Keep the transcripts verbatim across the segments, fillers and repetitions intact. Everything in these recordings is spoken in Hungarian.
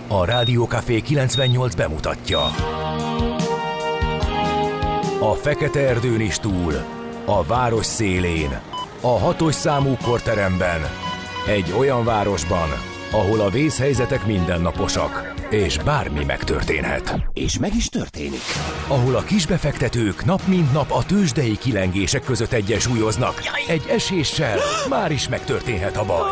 A Rádió Café kilencvennyolc bemutatja. A fekete erdőn is túl, a város szélén, a hatos számú korteremben, egy olyan városban, ahol a vészhelyzetek mindennaposak, és bármi megtörténhet. És meg is történik. Ahol a kisbefektetők nap mint nap a tőzsdei kilengések között egyensúlyoznak. Egy eséssel már is megtörténhet a baj.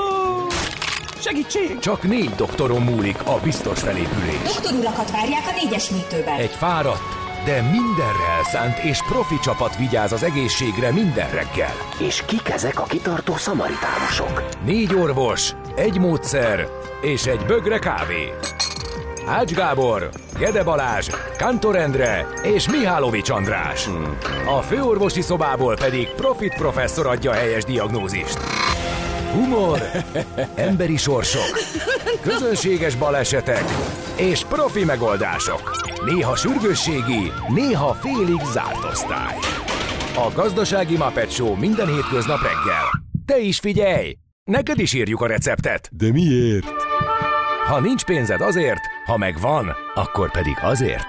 Segítség! Csak négy doktoron múlik a biztos felépülés. Doktorulakat várják a négyes műtőben. Egy fáradt, de mindenre elszánt és profi csapat vigyáz az egészségre minden reggel. És kik ezek a kitartó szamaritánusok? Négy orvos, egy módszer és egy bögre kávé. Ács Gábor, Gede Balázs, Kantor Endre és Mihálovics András. A főorvosi szobából pedig Profit professzor adja a helyes diagnózist. Humor, emberi sorsok, közönséges balesetek és profi megoldások. Néha sürgősségi, néha félig zárt osztály. A Gazdasági Muppet Show minden hétköznap reggel. Te is figyelj! Neked is írjuk a receptet. De miért? Ha nincs pénzed azért, ha megvan, akkor pedig azért.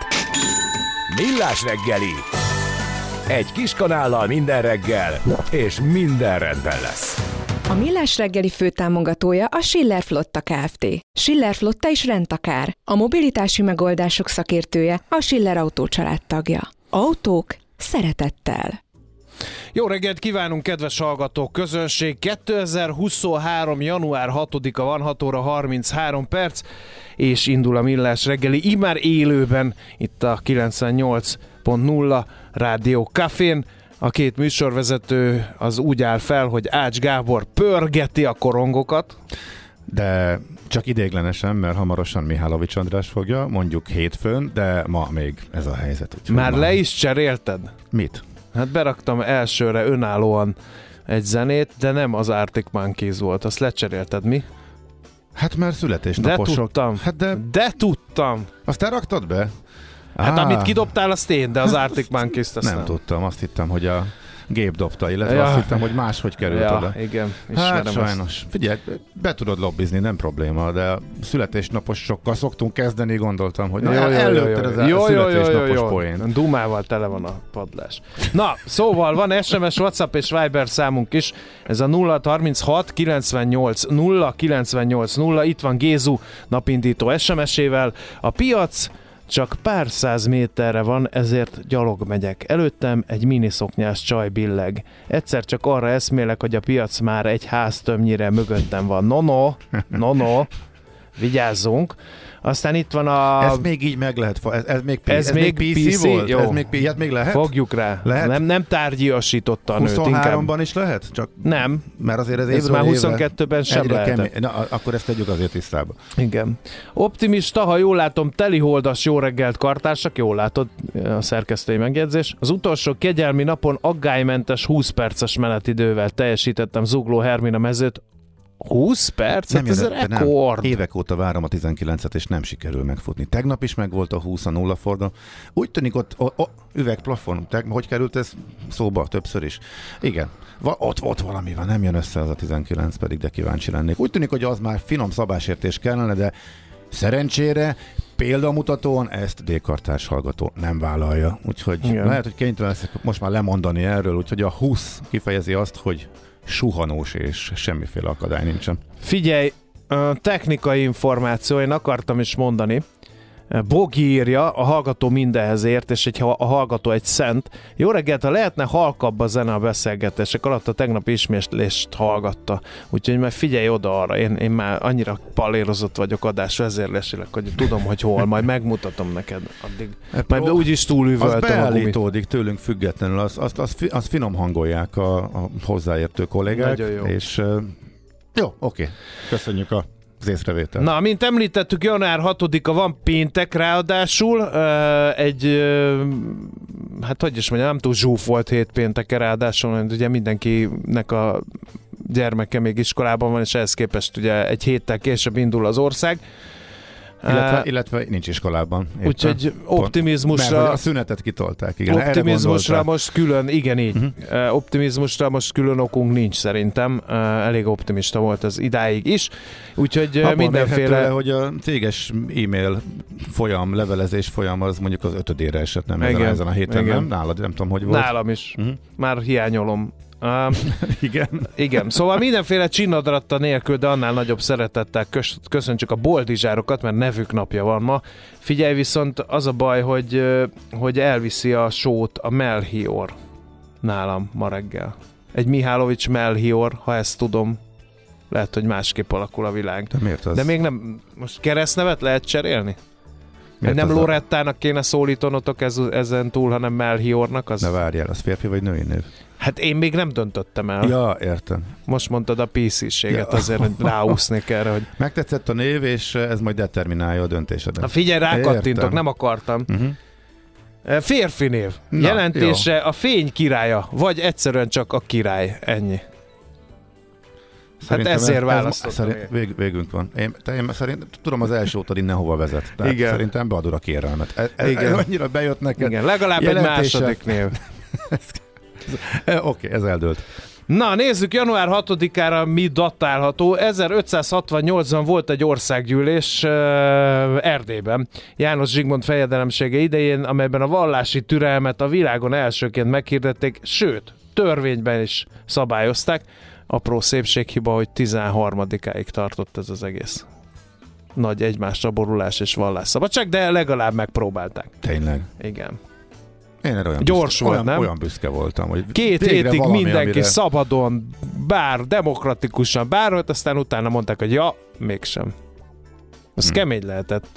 Millás reggeli. Egy kis kanállal minden reggel, és minden rendben lesz. A Millás reggeli főtámogatója a Schiller Flotta Kft. Schiller Flotta is rendtakár. A mobilitási megoldások szakértője, a Schiller Autó család tagja. Autók szeretettel. Jó reggelt kívánunk, kedves hallgatók, közönség! kétezer-huszonhárom. január hatodika van, hat óra harminchárom perc, és indul a Millás reggeli, immár élőben itt a kilencvennyolc pont nulla Rádió Cafén. A két műsorvezető az úgy áll fel, hogy Ács Gábor pörgeti a korongokat. De csak ideiglenesen, mert hamarosan Mihálovics András fogja, mondjuk hétfőn, de ma még ez a helyzet. Már ma... le is cserélted? Mit? Hát beraktam elsőre önállóan egy zenét, de nem az Arctic Monkeys volt, azt lecserélted, mi? Hát mert születésnaposok. De tudtam, hát de... de tudtam. Azt te raktad be? Hát ah. amit kidobtál, azt én, de az Arctic Monkeys-t azt nem. nem. tudtam, azt hittem, hogy a gép dobta, illetve ja. azt hittem, hogy máshogy került ja, oda. igen, ismerem. Hát sajnos. Ezt. Figyelj, be tudod lobbizni, nem probléma, de születésnaposokkal szoktunk kezdeni, gondoltam, hogy na, jó, előtted az jó, a születésnapos jó, jó, poén. Dumával tele van a padlás. Na, szóval van es em es, WhatsApp és Viber számunk is, ez a nulla harminchat kilencvennyolc nulla kilencvennyolc nulla, itt van Gézu napindító es em es-ével. A piac csak pár száz méterre van, ezért gyalog megyek. Előttem egy miniszoknyás csaj billeg. Egyszer csak arra eszmélek, hogy a piac már egy háztömnyire mögöttem van. No, no, no, no. Vigyázzunk. Aztán itt van a... Ez még így meg lehet, ez, ez még, ez ez még még pé cé, pé cé volt? Jó. Ez még, ilyet még lehet? Fogjuk rá. Lehet? Nem, nem tárgyiasította a nőt. huszonháromban inkább... is lehet? Csak nem. Mert azért ez, ez már huszonkettőben sem lehet. Na, akkor ezt tegyük azért tisztába. Igen. Optimista, ha jól látom, teliholdas jó reggelt kartársak, jól látod a szerkesztői megjegyzés. Az utolsó kegyelmi napon aggálymentes húsz perces menetidővel teljesítettem Zugló Hermina mezőt. húsz perc? Nem ez jön, rekord. Nem. Évek óta várom a tizenkilencet, és nem sikerül megfutni. Tegnap is megvolt a húsz a nulla forduló. Úgy tűnik ott o, o, üvegplafon. Te, hogy került ez szóba? Többször is. Igen. Va, ott, ott valami van. Nem jön össze az a tizenkilenc, pedig de kíváncsi lennék. Úgy tűnik, hogy az már finom szabásértés kellene, de szerencsére példamutatóan ezt D-kartárs hallgató nem vállalja. Úgyhogy igen. Lehet, hogy kénytelen leszek most már lemondani erről. Úgyhogy a húsz kifejezi azt, hogy suhanós és semmiféle akadály nincsen. Figyelj, technikai információ, én akartam is mondani. Bogi írja, a hallgató mindenhez ért, és egy, a hallgató egy szent. Jó reggelt, ha lehetne halkabb a zene a beszélgetések alatt, a tegnapi ismétlést hallgatta. Úgyhogy már figyelj oda arra, én, én már annyira palérozott vagyok adás vezérlésileg, hogy tudom, hogy hol, majd megmutatom neked. Addig majd úgyis túlüvöltöm. Az beállítódik tőlünk függetlenül, azt az, az, az finom hangolják a, a hozzáértő kollégák. Nagyon jó. És uh, jó, oké. Köszönjük a az észrevétel. Na, mint említettük, január hatodika van péntek, ráadásul uh, egy, uh, hát hogy is mondjam, nem túl zsúf volt hét pénteke, ráadásul ugye mindenkinek a gyermeke még iskolában van, és ehhez képest ugye egy héttel később indul az ország. Illetve, illetve nincs iskolában. Úgyhogy optimizmusra... Mert a szünetet kitolták. Igen, optimizmusra most külön, igen így. Uh-huh. Optimizmusra most külön okunk nincs szerintem. Elég optimista volt ez idáig is. Úgyhogy abban mindenféle... Tőle, hogy a céges e-mail folyam, levelezés folyam az mondjuk az ötödére esett, nem igen, ezen, ezen a héten, igen. Nem? Nálad nem tudom, hogy volt. Nálam is. Uh-huh. Már hiányolom. Uh, igen. Igen, szóval mindenféle csinnadratta nélkül, de annál nagyobb szeretettel kös- köszöntsük a boldizsárokat, mert nevük napja van ma. Figyelj, viszont az a baj, hogy, hogy elviszi a sót a Melchior nálam ma reggel. Egy Mihálovics Melchior, ha ezt tudom, lehet, hogy másképp alakul a világ. De miért az? De még nem, most keresztnevet lehet cserélni? Nem az Lorettának a... kéne szólítonotok ez, ezen túl, hanem Melchiornak? Az... Ne várjál, az férfi vagy női név? Hát én még nem döntöttem el. Ja, értem. Most mondtad a pé cé-séget, ja. Azért, hogy ráúsznék erre, hogy... Megtetszett a név, és ez majd determinálja a döntésedet. Na figyelj, rákattintok, nem akartam. Uh-huh. Férfi név. Na, jelentése jó. A fény királya, vagy egyszerűen csak a király. Ennyi. Szerintem hát ezért ez, választottam. Ez, szerint, vég, végünk van. Én, te, én szerint, tudom, az első ótad innen hova vezet. Igen. Szerintem beadod a kérelmet. Ez, ez, ez annyira bejött neked. Igen, legalább jelentése. Egy második név. Oké, okay, ez eldőlt. Na, nézzük, január hatodikára mi datálható. ezerötszázhatvannyolcban volt egy országgyűlés uh, Erdélyben, János Zsigmond fejedelemsége idején, amelyben a vallási türelmet a világon elsőként meghirdették, sőt, törvényben is szabályozták. Apró szépséghiba, hogy tizenharmadikáig tartott ez az egész. Nagy egymásra borulás és vallásszabadság, de legalább megpróbálták. Tényleg? Igen. Én erre olyan gyors büszke, volt, olyan, nem? Olyan büszke voltam, hogy két hétig valami, mindenki amire... szabadon, bár demokratikusan, bárhogy, aztán utána mondták, hogy ja, mégsem. Az hmm. kemény lehetett.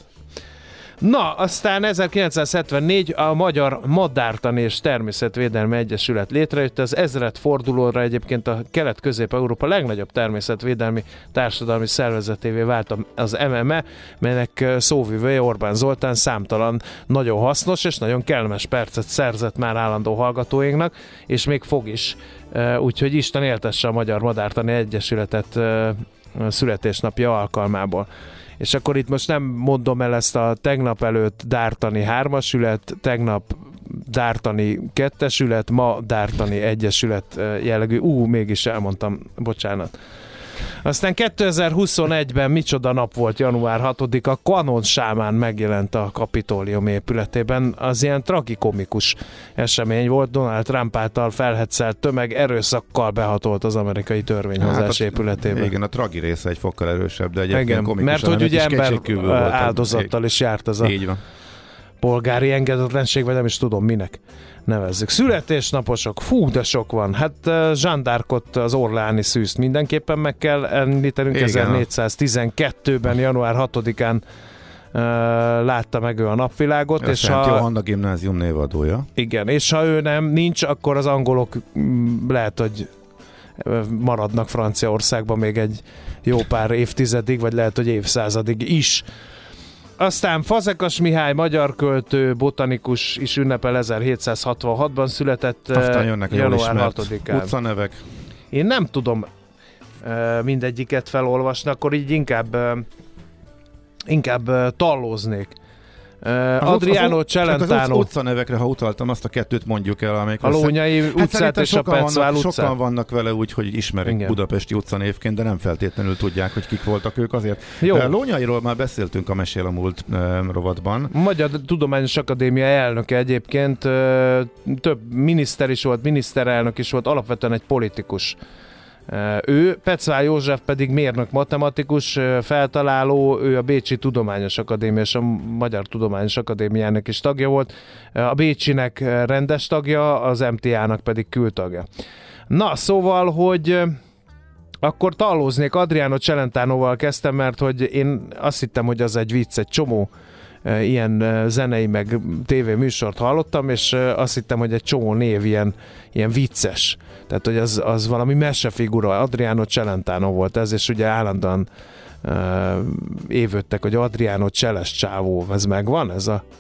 Na, aztán ezerkilencszázhetvennégy a Magyar Madártani és Természetvédelmi Egyesület létrejött, az ezred fordulóra egyébként a Kelet-Közép-Európa legnagyobb természetvédelmi társadalmi szervezetévé vált az em em e, melynek szóvivője Orbán Zoltán számtalan nagyon hasznos és nagyon kellemes percet szerzett már állandó hallgatóinknak, és még fog is. Úgyhogy Isten éltesse a Magyar Madártani Egyesületet születésnapja alkalmából. És akkor itt most nem mondom el ezt a tegnap előtt Dártani hármasület, tegnap Dártani kettesület, ma Dártani egyesület jellegű. Ú, mégis elmondtam, bocsánat. Aztán kétezer-huszonegyben micsoda nap volt, január hatodika, Kanon sámán megjelent a Kapitólium épületében. Az ilyen tragikomikus esemény volt, Donald Trump által felhetszelt tömeg erőszakkal behatolt az amerikai törvényhozás hát épületében. Igen, a tragi része egy fokkal erősebb, de egyébként igen, komikus. mert hogy ugye ember áldozattal is járt ez a így van. Polgári engedetlenség, vagy nem is tudom minek nevezzük. Születésnaposok, fú, de sok van. Hát uh, Jeanne d'Arcot, az orleáni szűzt mindenképpen meg kell említenünk. Igen. ezernégyszáztizenkettőben, január hatodikán uh, látta meg ő a napvilágot. És a Johanna gimnázium névadója. Igen, és ha ő nem nincs, akkor az angolok m- lehet, hogy maradnak Franciaországban még egy jó pár évtizedig, vagy lehet, hogy évszázadig is. Aztán Fazekas Mihály, magyar költő, botanikus is ünnepel, ezerhétszázhatvanhatban született, január hatodikán. Utcanevek. Én nem tudom uh, mindegyiket felolvasni, akkor így inkább, uh, inkább uh, tallóznék. Uh, Adriano Celentano. Az utcanevekre, ha utaltam, azt a kettőt mondjuk el, amelyik a Lónyai utcát hát és a Petzvál utcát. Sokan vannak vele úgy, hogy ismerik igen. budapesti utcanévként, de nem feltétlenül tudják, hogy kik voltak ők azért. Jó. Lónyairól már beszéltünk a Mesél a múlt uh, rovatban. Magyar Tudományos Akadémia elnöke egyébként, uh, több miniszter is volt, miniszterelnök is volt, alapvetően egy politikus. Ő, Petzvál József pedig mérnök, matematikus, feltaláló, ő a Bécsi Tudományos Akadémia és a Magyar Tudományos Akadémiának is tagja volt, a Bécsinek rendes tagja, az em té á-nak pedig kültagja. Na, szóval, hogy akkor tallóznék, Adriano Celentanoval kezdtem, mert hogy én azt hittem, hogy az egy vicc, egy csomó ilyen zenei meg tévéműsort hallottam, és azt hittem, hogy egy csomó név ilyen, ilyen vicces. Tehát, hogy az, az valami mesefigura. Adriano Celentano volt ez, és ugye állandóan uh, évődtek, hogy Adriano Celes csávó, ez megvan? Ez a...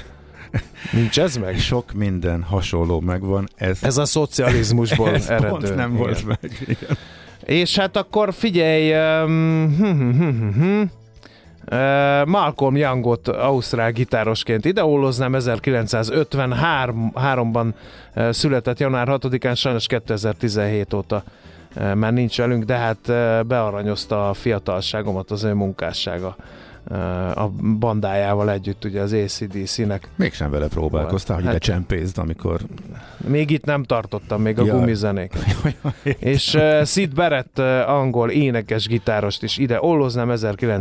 Nincs ez meg? Sok minden hasonló megvan. Ez, ez a szocializmusból ez eredő. Pont nem igen. volt meg. Igen. És hát akkor figyelj, um, hm, hm, hm, hm, Malcolm Youngot ausztrál gitárosként ideóloznám, ezerkilencszázötvenháromban született január hatodikán, sajnos kétezer-tizenhét óta már nincs velünk, de hát bearanyozta a fiatalságomat az ő munkássága a bandájával együtt, ugye az á cé dé cé-nek. Mégsem vele próbálkoztál, hogy hát, ide csempészd, amikor... Még itt nem tartottam, még a ja. gumizenéket. És uh, Sid Barrett, uh, angol énekes gitárost is ide olloznám,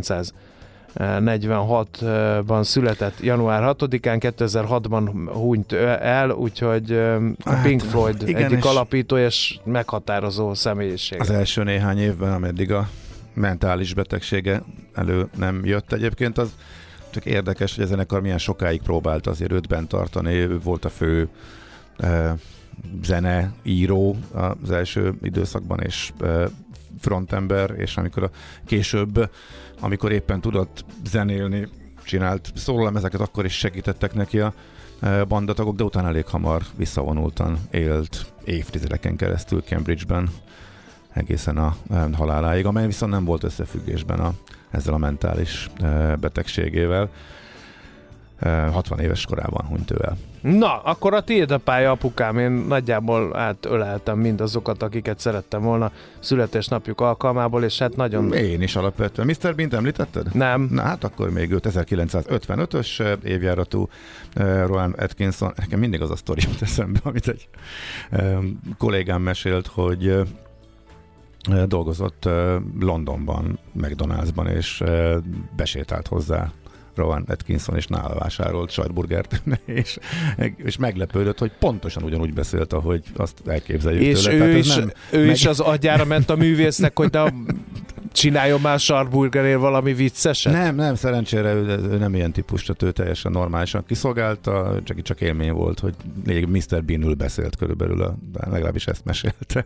ezerkilencszáznegyvenhatban született január hatodikán, kétezer-hatban hunyt el, úgyhogy uh, a hát, Pink Floyd igen, egyik alapító és meghatározó személyiség. Az első néhány évben, ameddig a mentális betegsége elő nem jött egyébként, az csak érdekes, hogy a zenekar milyen sokáig próbált azért őt bent tartani, ő volt a fő eh, zeneíró az első időszakban, és eh, frontember, és amikor a később, amikor éppen tudott zenélni, csinált szólallemezeket, akkor is segítettek neki a eh, bandatagok, de utána elég hamar visszavonultan élt évtizedeken keresztül Cambridge-ben, egészen a haláláig, amely viszont nem volt összefüggésben a, ezzel a mentális e, betegségével. E, hatvan éves korában hunyt ő el. Na, akkor a tiéd a pálya, apukám. Én nagyjából átöleltem mindazokat, akiket szerettem volna születésnapjuk alkalmából, és hát nagyon... Én is alapvetően. miszter Beant említetted? Nem. Na hát akkor még őt ezerkilencszázötvenötös évjáratú uh, Rowan Atkinson. Nekem mindig az a sztori jut eszembe, amit egy um, kollégám mesélt, hogy uh, dolgozott uh, Londonban, McDonald'sban, és uh, besétált hozzá Rowan Atkinson, és nála vásárolt sajtburgert, és, és meglepődött, hogy pontosan ugyanúgy beszélt, ahogy azt elképzeljük és tőle. ő, Tehát is, nem, ő meg... is az agyára ment a művésznek, hogy na, csináljon már sajtburgerért valami vicceset? Nem, nem, szerencsére ő, ő nem ilyen típus, tehát ő teljesen normálisan kiszolgálta, csak, csak élmény volt, hogy miszter Bean-ül beszélt körülbelül, a, legalábbis ezt mesélte.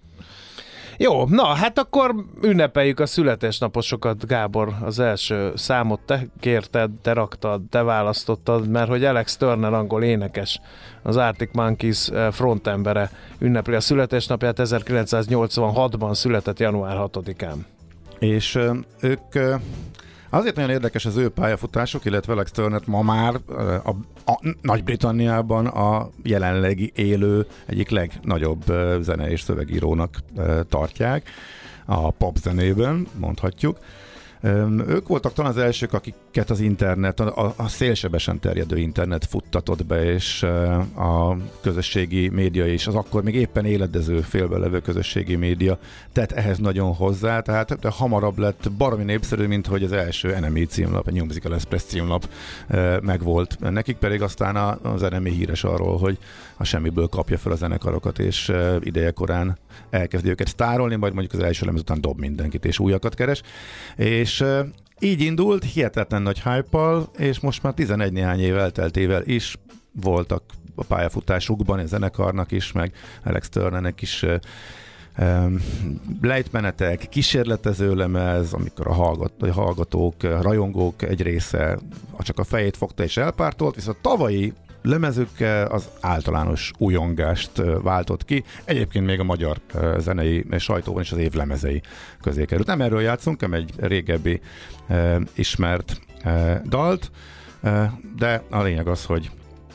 Jó, na, hát akkor ünnepeljük a születésnaposokat, Gábor. Az első számot te kérted, te raktad, te választottad, mert hogy Alex Turner, angol énekes, az Arctic Monkeys frontembere ünnepli a születésnapját, ezerkilencszáznyolcvanhatban született január hatodikán. És uh, ők... Uh... Azért nagyon érdekes az ő pályafutások, illetve Alex Turner ma már a, a Nagy-Britanniában a jelenlegi élő egyik legnagyobb zene- és szövegírónak tartják a pop zenében, mondhatjuk. Ők voltak talán az elsők, akiket az internet, a, a szélsebesen terjedő internet futtatott be, és a közösségi média is, az akkor még éppen éledező félbe levő közösségi média tett ehhez nagyon hozzá, tehát de hamarabb lett baromi népszerű, mint hogy az első en em i címlap, a New Musical Express címlap megvolt. Nekik pedig aztán az en em i híres arról, hogy a semmiből kapja fel a zenekarokat, és idejekorán elkezdi őket sztárolni, majd mondjuk az első lemez után dob mindenkit, és újakat keres. És így indult, hihetetlen nagy hype-al, és most már tizenegy néhány év elteltével is voltak a pályafutásukban, a zenekarnak is, meg Alex Turnernek is um, lejtmenetek, kísérletező lemez, amikor a, hallgat, a hallgatók, a rajongók egy része csak a fejét fogta és elpártolt, viszont tavalyi lemezükkel az általános újongást váltott ki. Egyébként még a magyar zenei sajtóban is az év lemezei közé került. Nem erről játszunk, hanem egy régebbi eh, ismert eh, dalt, eh, de a lényeg az, hogy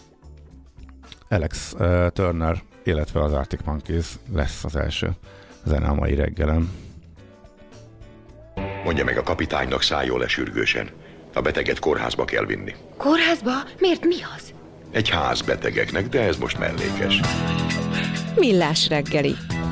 Alex eh, Turner, illetve az Arctic Monkeys lesz az első zene a mai reggelen. Mondja meg a kapitánynak, szálljon le sürgősen. A beteget kórházba kell vinni. Kórházba? Miért, mi az? Egy ház betegeknek, de ez most mellékes. Millás reggeli.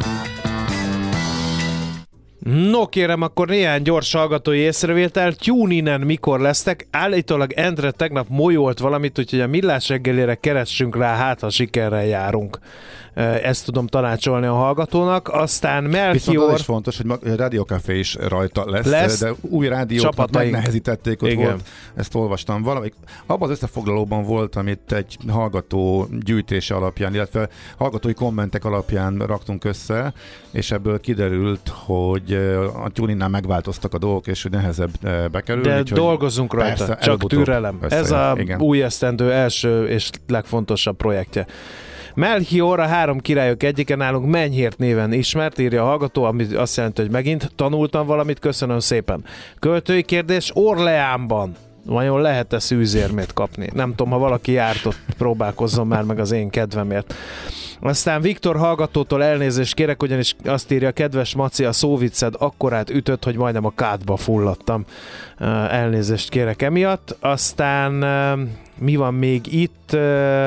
No kérem, akkor néhány gyors hallgatói észrevétel. Tune-inen mikor lesztek? Állítólag Endre tegnap molyolt valamit, úgyhogy a Millás reggelére keressünk rá, hát ha sikerrel járunk. Ezt tudom tanácsolni a hallgatónak. Aztán Melchior... Viszont az is fontos, hogy a Rádió Café is rajta lesz, lesz de új rádiókat megnehezítették, ott volt, ezt olvastam valamelyik. Abban az összefoglalóban volt, amit egy hallgató gyűjtése alapján, illetve hallgatói kommentek alapján raktunk össze, és ebből kiderült, hogy a Tune-innál megváltoztak a dolgok, és hogy nehezebb bekerülni. De dolgozunk rajta, csak türelem. Ez a igen. új esztendő első és legfontosabb projektje. Melchior, a három királyok egyike, nálunk Menyhért néven ismert, írja a hallgató, ami azt jelenti, hogy megint tanultam valamit, köszönöm szépen. Költői kérdés, Orleánban vajon lehet-e szűzérmét kapni? Nem tudom, ha valaki járt ott, próbálkozzon már meg az én kedvemért. Aztán Viktor hallgatótól elnézést kérek, ugyanis azt írja, kedves Maci, a szóvicced akkorát ütött, hogy majdnem a kádba fulladtam. Elnézést kérek emiatt. Aztán mi van még itt?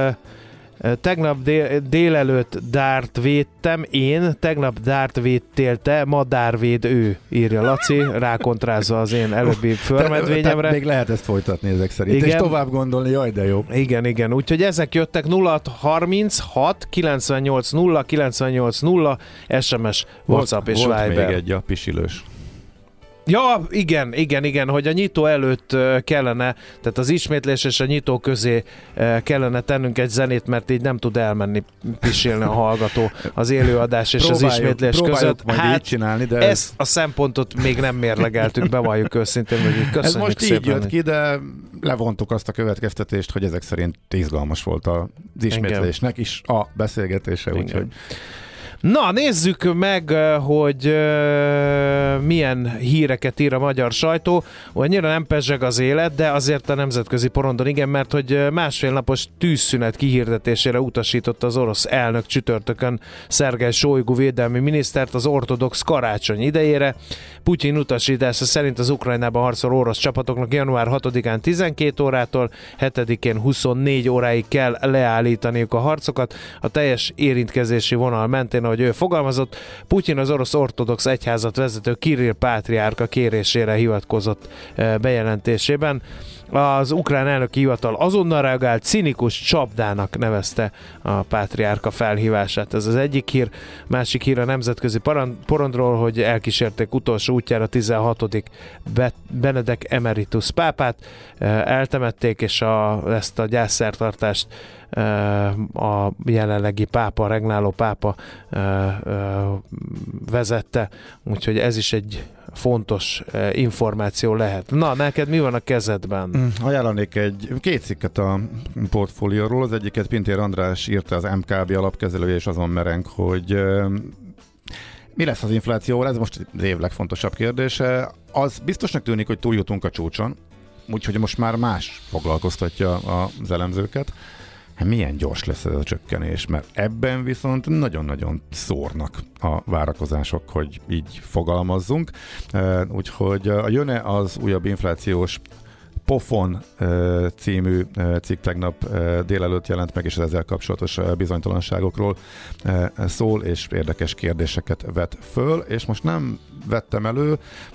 Tegnap dél, délelőtt dárt védtem én, tegnap dárt védtél te, madár véd ő, írja Laci, rákontrázva az én előbbi förmedvényemre. Még lehet ezt folytatni ezek szerint, igen. És tovább gondolni, jaj de jó. Igen, igen, úgyhogy ezek jöttek nulla harminchat kilencvennyolc nulla kilencvennyolc nulla es em es, WhatsApp volt, és volt Viber. Még egy a pisilős. Ja, igen, igen, igen, hogy a nyitó előtt kellene, tehát az ismétlés és a nyitó közé kellene tennünk egy zenét, mert így nem tud elmenni pisilni a hallgató az élőadás és próbáljuk, az ismétlés között. Majd hát így csinálni, de ezt ez... a szempontot még nem mérlegeltük, bevalljuk őszintén, hogy köszönjük ez most szépen. így jött ki, de levontuk azt a következtetést, hogy ezek szerint izgalmas volt az ismétlésnek igen. is a beszélgetése, úgyhogy... Na, nézzük meg, hogy uh, milyen híreket ír a magyar sajtó. Annyira nem pezseg az élet, de azért a nemzetközi porondon igen, mert hogy másfél napos tűzszünet kihirdetésére utasította az orosz elnök csütörtökön Szergej Sojgu védelmi minisztert az ortodox karácsony idejére. Putyin utasítása szerint az Ukrajnában harcoló orosz csapatoknak január hatodikán tizenkét órától, hetedikén huszonnégy óráig kell leállítaniuk a harcokat. A teljes érintkezési vonal mentén, ahogy ő fogalmazott, Putyin az orosz ortodox egyházat vezető Kirill pátriárka kérésére hivatkozott bejelentésében. Az ukrán elnöki hivatal azonnal reagált, cinikus csapdának nevezte a pátriárka felhívását. Ez az egyik hír. Másik hír a nemzetközi porondról, hogy elkísérték utolsó útjára tizenhatodik Benedek emeritus pápát, eltemették, és a, ezt a gyászszertartást a jelenlegi pápa, a regnáló pápa vezette, úgyhogy ez is egy fontos információ lehet. Na, neked mi van a kezedben? Ajánlanék egy két cikket a portfólióról. Az egyiket Pintér András írta, az em ká bé alapkezelője, és azon mereng, hogy mi lesz az inflációval? Ez most az év legfontosabb kérdése. Az biztosnak tűnik, hogy túljutunk a csúcson, úgyhogy most már más foglalkoztatja az elemzőket. Milyen gyors lesz ez a csökkenés, mert ebben viszont nagyon-nagyon szórnak a várakozások, hogy így fogalmazzunk. Úgyhogy a Jön-e az újabb inflációs Pofon című cikk tegnap délelőtt jelent meg, és az ezzel kapcsolatos bizonytalanságokról szól, és érdekes kérdéseket vet föl, és most nem vettem elő,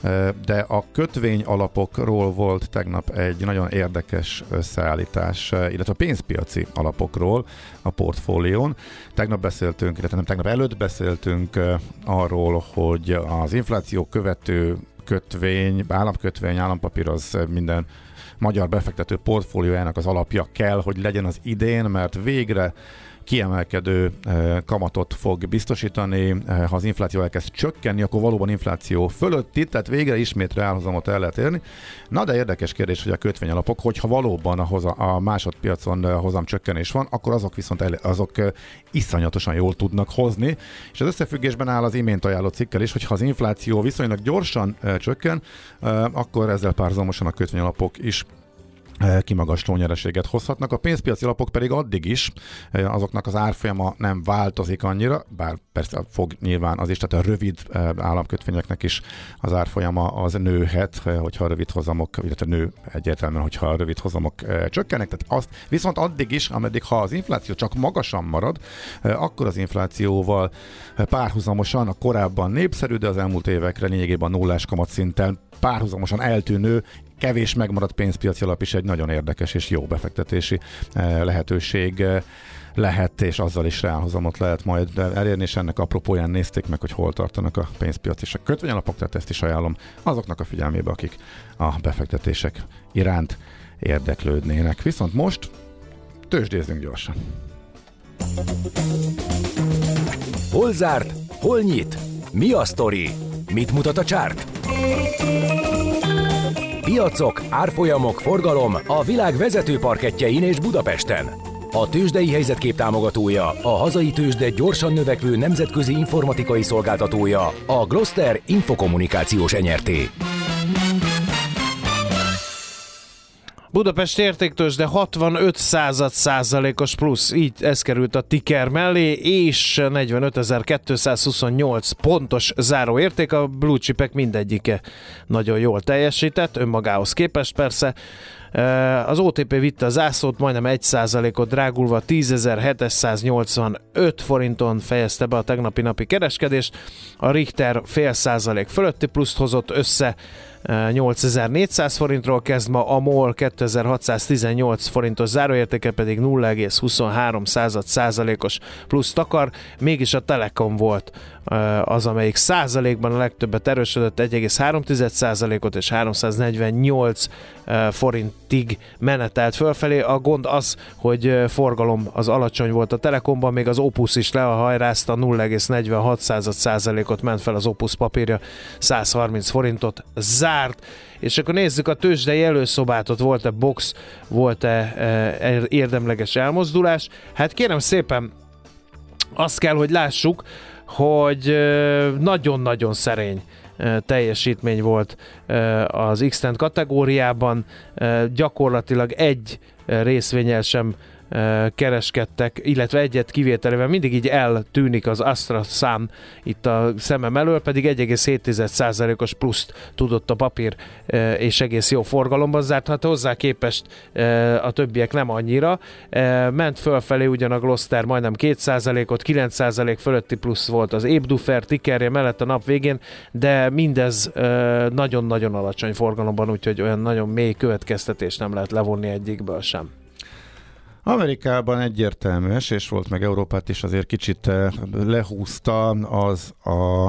de a kötvény alapokról volt tegnap egy nagyon érdekes összeállítás, illetve a pénzpiaci alapokról a portfólión. Tegnap beszéltünk, illetve nem tegnap előtt beszéltünk arról, hogy az infláció követő kötvény, államkötvény, állampapír az minden magyar befektető portfóliójának az alapja kell, hogy legyen az idén, mert végre kiemelkedő eh, kamatot fog biztosítani. Eh, ha az infláció elkezd csökkenni, akkor valóban infláció fölötti, tehát végre ismét reálhozamot el lehet érni. Na de érdekes kérdés, hogy a kötvényalapok, hogyha valóban a, hoza, a másodpiacon eh, hozamcsökkenés van, akkor azok viszont el, azok eh, iszonyatosan jól tudnak hozni, és az összefüggésben áll az imént ajánlott cikkel is, hogy ha az infláció viszonylag gyorsan eh, csökken, eh, akkor ezzel párhuzamosan a kötvényalapok is kimagasló nyereséget hozhatnak. A pénzpiaci alapok pedig addig is, azoknak az árfolyama nem változik annyira, bár persze fog nyilván az is, tehát a rövid államkötvényeknek is az árfolyama az nőhet, hogyha a rövid hozamok, illetve nő egyértelműen, hogyha a rövid hozamok csökkennek. Tehát azt viszont addig is, ameddig ha az infláció csak magasan marad, akkor az inflációval párhuzamosan a korábban népszerű, de az elmúlt évekre lényegében nullás kamatszinten párhuzamosan eltűnő, kevés megmaradt pénzpiaci alap is egy nagyon érdekes és jó befektetési lehetőség lehet, és azzal is reálhozamot lehet majd elérni, és ennek apropóján nézték meg, hogy hol tartanak a pénzpiac és a kötvényalapok, tehát ezt is ajánlom azoknak a figyelmébe, akik a befektetések iránt érdeklődnének. Viszont most tőzsdézzünk gyorsan. Hol zárt? Hol nyit? Mi a sztori? Mit mutat a csárt? Piacok, árfolyamok, forgalom a világ vezető parkettjein és Budapesten. A tőzsdei helyzetkép támogatója, a hazai tőzsde gyorsan növekvő nemzetközi informatikai szolgáltatója, a Gloster Infokommunikációs Enyerté. Budapest értéktőzsde hatvanöt század százalékos plusz, így ez került a ticker mellé, és negyvenötezer-kétszázhuszonnyolc pontos záróérték, a blue chipek mindegyike nagyon jól teljesített, önmagához képest persze. Az o té pé vitte a zászlót, majdnem egy százalékot drágulva, tízezer-hétszáznyolcvanöt forinton fejezte be a tegnapi napi kereskedést, a Richter fél százalék fölötti pluszt hozott össze, nyolcezer-négyszáz forintról kezd ma, a MOL kétezer-hatszáztizennyolc forintos záróértéke pedig nulla egész huszonhárom százalékos plusz takar, mégis a Telekom volt az, amelyik százalékban a legtöbbet erősödött, egy egész három százalékot és háromszáznegyvennyolc forintig menetelt fölfelé. A gond az, hogy forgalom az alacsony volt a Telekomban, még az Opus is lehajrázta, nulla egész negyvenhat százalékot ment fel az Opus papírja, száz harminc forintot zárt. És akkor nézzük a tőzsdei előszobát, ott volt-e box, volt-e e, érdemleges elmozdulás. Hát kérem szépen, azt kell, hogy lássuk, hogy nagyon-nagyon szerény teljesítmény volt az X-Tent kategóriában, gyakorlatilag egy részvénnyel sem kereskedtek, illetve egyet kivételével mindig így eltűnik az Astra Sun itt a szemem elől, pedig egy egész hét százalékos pluszt tudott a papír, és egész jó forgalomban zárt, hát hozzá képest a többiek nem annyira. Ment fölfelé ugyan a Gloster majdnem két százalékot, kilenc százalék fölötti plusz volt az Ébdufer tickerje mellett a nap végén, de mindez nagyon-nagyon alacsony forgalomban, úgyhogy olyan nagyon mély következtetés nem lehet levonni egyikből sem. Amerikában egyértelmű esés volt, meg Európát is azért kicsit lehúzta az a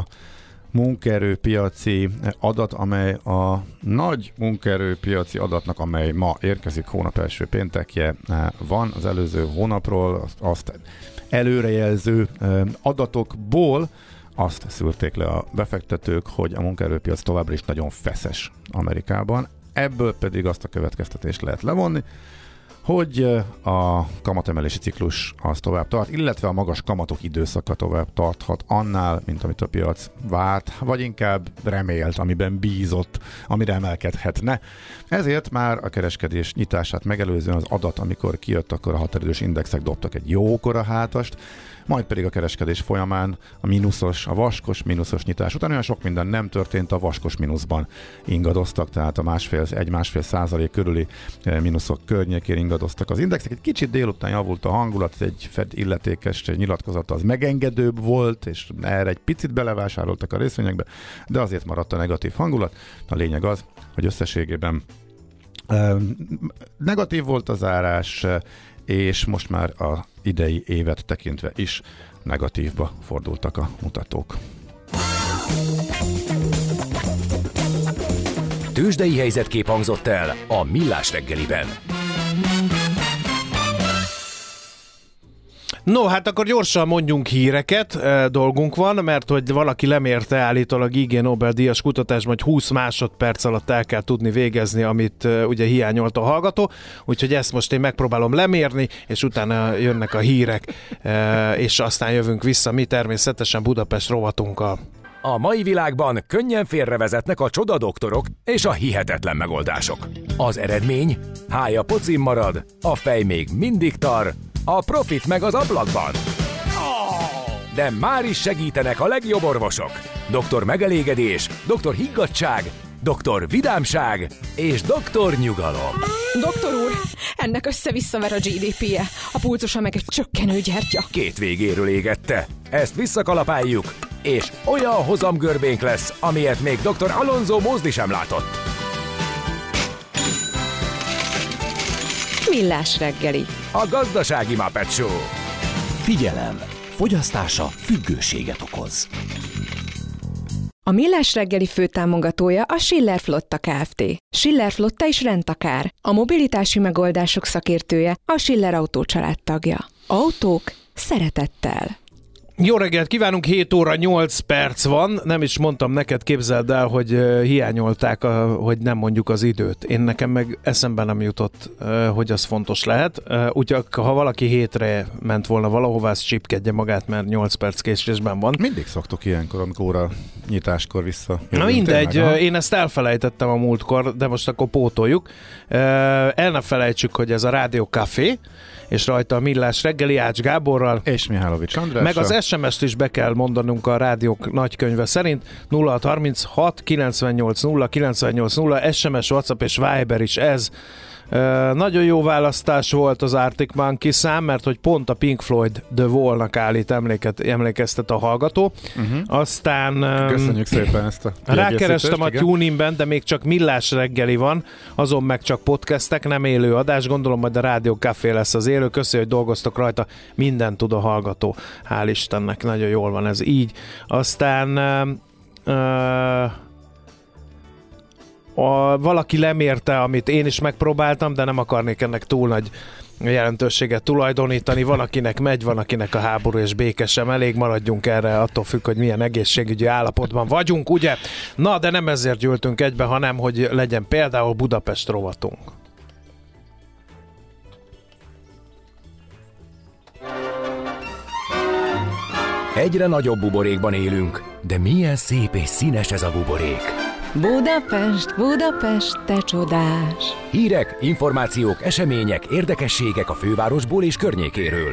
munkaerőpiaci adat, amely a nagy munkaerőpiaci adatnak, amely ma érkezik, hónap első péntekje van, az előző hónapról, azt előrejelző adatokból azt szűrték le a befektetők, hogy a munkaerőpiac továbbra is nagyon feszes Amerikában. Ebből pedig azt a következtetést lehet levonni, hogy a kamatemelési ciklus az tovább tart, illetve a magas kamatok időszaka tovább tarthat annál, mint amit a piac várt, vagy inkább remélt, amiben bízott, amire emelkedhetne. Ezért már a kereskedés nyitását megelőzően az adat, amikor kijött, akkor a határidős indexek dobtak egy jókora hátast, majd pedig a kereskedés folyamán a mínuszos, a vaskos mínuszos nyitás után olyan sok minden nem történt, a vaskos mínuszban ingadoztak, tehát a másfél, egy-másfél százalék körüli mínuszok környékén ingadoztak az indexek. Egy kicsit délután javult a hangulat, egy Fed illetékes nyilatkozata az megengedőbb volt, és erre egy picit belevásároltak a részvényekbe, de azért maradt a negatív hangulat. A lényeg az, hogy összességében eh, negatív volt az zárás, és most már a idei évet tekintve is negatívba fordultak a mutatók. Tőzsdei helyzetkép hangzott el a Millás reggeliben. No, hát akkor gyorsan mondjunk híreket, e, dolgunk van, mert hogy valaki lemérte állítólag I G Nobel-díjas kutatásban, hogy húsz másodperc alatt el kell tudni végezni, amit e, ugye hiányolt a hallgató, úgyhogy ezt most én megpróbálom lemérni, és utána jönnek a hírek, e, és aztán jövünk vissza mi természetesen Budapest rovatunkkal. A mai világban könnyen félrevezetnek a csodadoktorok és a hihetetlen megoldások. Az eredmény? Hája pocim marad, a fej még mindig tar, a profit meg az ablakban. De már is segítenek a legjobb orvosok. doktor Megelégedés, doktor Higgadtság, doktor Vidámság és doktor Nyugalom. Doktor úr, ennek össze-visszaver a gé dé pé-je, a pulzusa meg egy csökkenő gyertya. Két végéről égette. Ezt visszakalapáljuk, és olyan hozamgörbénk lesz, amilyet még doktor Alonso Mózdi sem látott. Millás reggeli. A gazdasági Muppet Show. Figyelem! Fogyasztása függőséget okoz. A Millás reggeli főtámogatója a Schiller Flotta Kft. Schiller Flotta is rendtakár. A mobilitási megoldások szakértője, a Schiller Autó család tagja. Autók szeretettel. Jó reggelt kívánunk, hét óra nyolc perc van, nem is mondtam neked, képzeld el, hogy uh, hiányolták, a, hogy nem mondjuk az időt. Én nekem meg eszembe nem jutott, uh, hogy az fontos lehet. Uh, Úgyhogy ha valaki hétre ment volna valahová, az csipkedje magát, mert nyolc perc késésben van. Mindig szoktok ilyenkor, amikor óra nyitáskor vissza. Na mindegy, tényleg, én ezt elfelejtettem a múltkor, de most akkor pótoljuk. Uh, el ne felejtsük, hogy ez a Rádió Café, és rajta a Millás reggeli Ács Gáborral. És Mihálovics Andrással. Meg az es em es-t is be kell mondanunk a rádiók nagykönyve szerint. nulla hat harminchat kilencvennyolc nulla kilencvennyolc nulla es em es, WhatsApp és Viber is ez. Uh, nagyon jó választás volt az Arctic Monkey szám, mert hogy pont a Pink Floyd The Wall-nak állít emléket, emlékeztet a hallgató. Uh-huh. Aztán um, köszönjük szépen ezt a rákerestem a TuneIn-ben, de még csak Millás reggeli van, azon meg csak podcastek, nem élő adás, gondolom majd a Rádió Café lesz az élő. Köszönjük, hogy dolgoztok rajta, mindent tud a hallgató, hál' Istennek, nagyon jól van ez így. Aztán uh, uh, A, valaki lemérte, amit én is megpróbáltam, de nem akarnék ennek túl nagy jelentőséget tulajdonítani. Van, akinek megy, van, akinek a háború és béke sem elég, maradjunk erre, attól függ, hogy milyen egészségügyi állapotban vagyunk, ugye? Na, de nem ezért gyűltünk egybe, hanem, hogy legyen például Budapest rovatunk. Egyre nagyobb buborékban élünk, de milyen szép és színes ez a buborék. Budapest, Budapest, te csodás! Hírek, információk, események, érdekességek a fővárosból és környékéről.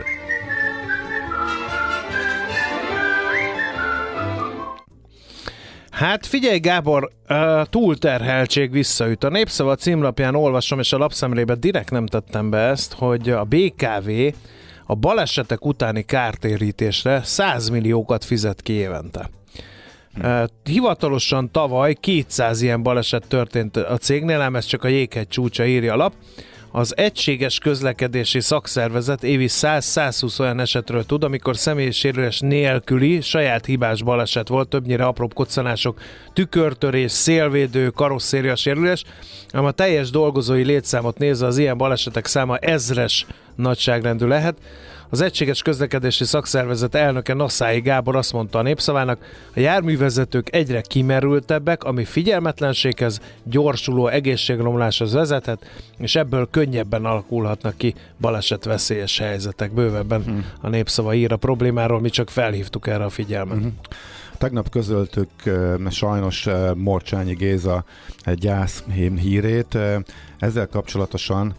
Hát figyelj Gábor, uh, túlterheltség visszaüt. A Népszava címlapján olvasom, és a lapszemlébe direkt nem tettem be ezt, hogy a bé ká vé a balesetek utáni kártérítésre száz milliókat fizet ki évente. Uh, hivatalosan tavaly kétszáz ilyen baleset történt a cégnél, ám ez csak a jéghegy csúcsa, írja a lap. Az Egységes Közlekedési Szakszervezet évi száz-százhúsz olyan esetről tud, amikor személysérülés nélküli, saját hibás baleset volt, többnyire apróbb koccanások, tükörtörés, szélvédő, karosszéria sérülés, ám a teljes dolgozói létszámot nézve az ilyen balesetek száma ezres nagyságrendű lehet. Az Egységes Közlekedési Szakszervezet elnöke Nasszályi Gábor azt mondta a Népszavának, a járművezetők egyre kimerültebbek, ami figyelmetlenséghez, gyorsuló egészségromláshoz vezethet, és ebből könnyebben alakulhatnak ki balesetveszélyes helyzetek. Bővebben hmm. a Népszava ír a problémáról, mi csak felhívtuk erre a figyelmet. Hmm. Tegnap közöltük sajnos Morcsányi Géza gyász hírét. Ezzel kapcsolatosan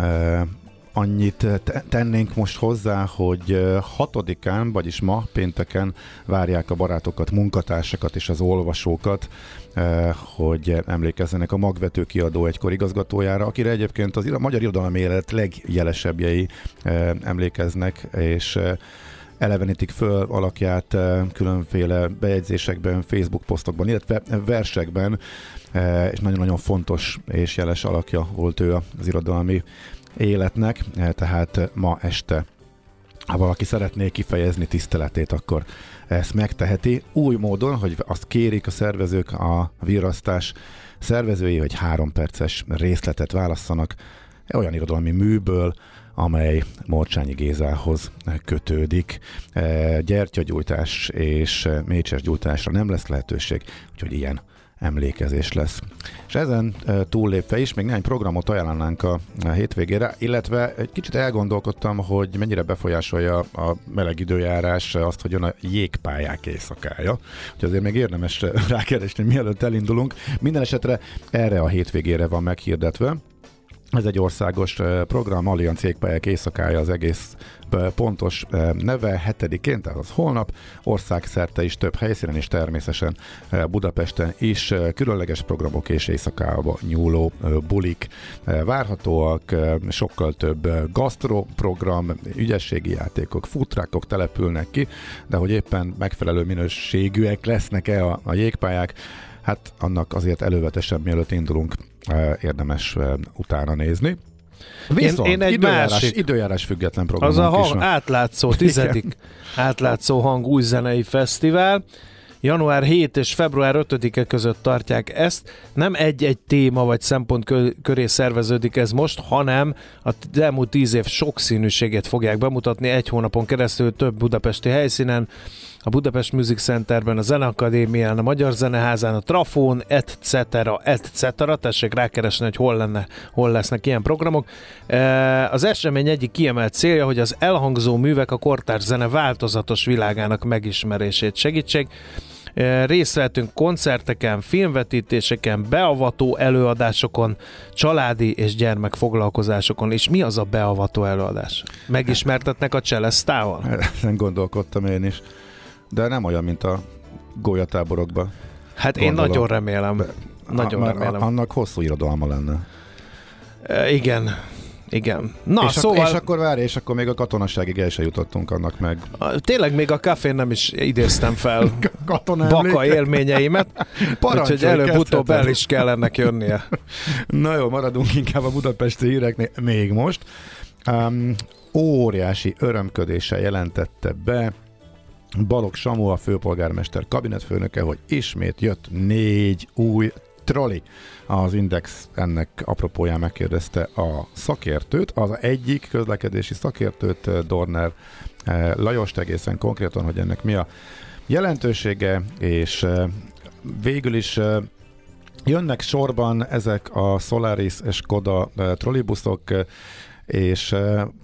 annyit tennénk most hozzá, hogy hatodikán, vagyis ma, pénteken várják a barátokat, munkatársakat és az olvasókat, hogy emlékezzenek a Magvető kiadó egykor igazgatójára, akire egyébként az a magyar irodalmi élet legjelesebbjei emlékeznek, és elevenítik föl alakját különféle bejegyzésekben, Facebook posztokban, illetve versekben, és nagyon-nagyon fontos és jeles alakja volt ő az irodalmi életnek, tehát ma este, ha valaki szeretné kifejezni tiszteletét, akkor ezt megteheti új módon, hogy azt kérik a szervezők, a virrasztás szervezői, hogy három perces részletet válasszanak olyan irodalmi műből, amely Morcsányi Gézához kötődik. Gyertyagyújtás és mécsesgyújtásra nem lesz lehetőség, úgyhogy ilyen emlékezés lesz. És ezen túllépve is még néhány programot ajánlanánk a hétvégére, illetve egy kicsit elgondolkodtam, hogy mennyire befolyásolja a meleg időjárás azt, hogy jön a jégpályák éjszakája. Úgyhogy azért még érdemes rákeresni, mielőtt elindulunk. Minden esetre erre a hétvégére van meghirdetve. Ez egy országos program, Allianz Jégpályák éjszakája az egész pontos neve, hetedikén, tehát az holnap, országszerte is több helyszínen, és természetesen Budapesten is különleges programok és éjszakába nyúló bulik várhatóak, sokkal több gasztroprogram, ügyességi játékok, futrákok települnek ki, de hogy éppen megfelelő minőségűek lesznek-e a, a jégpályák, hát annak azért elővetesen, mielőtt indulunk, érdemes utána nézni. Viszont én, én egy időjárás, másik, időjárás független programunk az a is hang, van. átlátszó, tizedik átlátszó hang új zenei fesztivál. január hetedike és február ötödike között tartják ezt. Nem egy-egy téma vagy szempont köré szerveződik ez most, hanem az elmúlt tíz év sokszínűségét fogják bemutatni egy hónapon keresztül több budapesti helyszínen, a Budapest Music Centerben, a Zeneakadémián, a Magyar Zeneházán, a Trafón, et cetera, et cetera. Tessék rákeresni, hogy hol lenne, hol lesznek ilyen programok. Az esemény egyik kiemelt célja, hogy az elhangzó művek a kortárs zene változatos világának megismerését segítsék. Részt vehetünk koncerteken, filmvetítéseken, beavató előadásokon, családi és gyermekfoglalkozásokon. És mi az a beavató előadás? Megismertetnek a cselesztával? Ezen gondolkodtam én is. De nem olyan, mint a golyatáborokban. Hát gondolom. Én nagyon remélem. De, nagyon a, remélem. Annak hosszú irodalma lenne. E, igen. Igen. Na, és, szóval... ak- és akkor várj, és akkor még a katonasságig el se jutottunk annak meg. Tényleg még a kafén nem is idéztem fel Katona baka élményeimet, úgyhogy előbb-utóbb el is kell ennek jönnie. Na jó, maradunk inkább a budapesti híreknél még most. Um, óriási örömködéssel jelentette be Balogh Samu, a főpolgármester kabinetfőnöke, hogy ismét jött négy új troli. Az Index ennek apropóján megkérdezte a szakértőt, az egyik közlekedési szakértőt, Dorner Lajost egészen konkrétan, hogy ennek mi a jelentősége, és végül is jönnek sorban ezek a Solaris és Skoda trollibuszok, és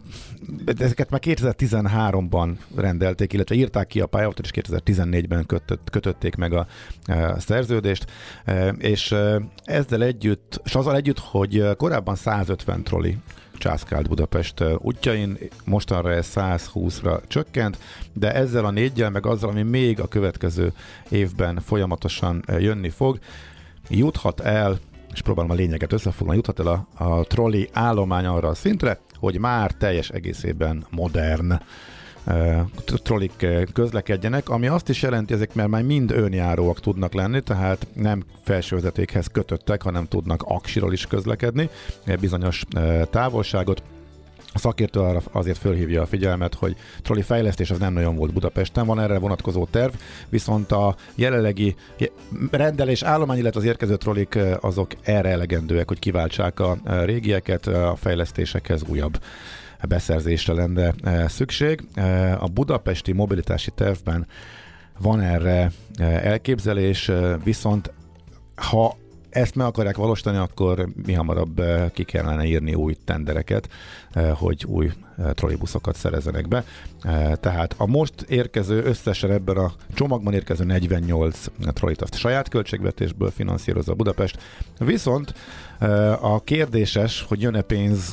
ezeket már kétezer-tizenháromban rendelték, illetve írták ki a pályázatot, és kétezer-tizennégyben kötött, kötötték meg a, a szerződést, és ezzel együtt, és azzal együtt, hogy korábban százötven trolli császkált Budapest útjain, mostanra ez százhúszra csökkent, de ezzel a négyel, meg azzal, ami még a következő évben folyamatosan jönni fog, juthat el, és próbálom a lényeget összefoglalni, juthat el a, a trolli állomány arra a szintre, hogy már teljes egészében modern uh, trollik közlekedjenek, ami azt is jelenti, ezek mert már mind önjáróak tudnak lenni, tehát nem felsővezetékhez kötöttek, hanem tudnak aksiról is közlekedni, bizonyos uh, távolságot. A szakértő arra azért fölhívja a figyelmet, hogy trolli fejlesztés az nem nagyon volt Budapesten, van erre vonatkozó terv, viszont a jelenlegi rendelés állomány, illetve az érkező trollik azok erre elegendőek, hogy kiváltsák a régieket, a fejlesztésekhez újabb beszerzésre lenne szükség. A budapesti mobilitási tervben van erre elképzelés, viszont ha ezt meg akarják valósítani, akkor mi hamarabb ki kellene írni új tendereket, hogy új trollibuszokat szerezzenek be. Tehát a most érkező, összesen ebben a csomagban érkező negyvennyolc trollit azt saját költségvetésből finanszírozza Budapest. Viszont a kérdéses, hogy jön-e pénz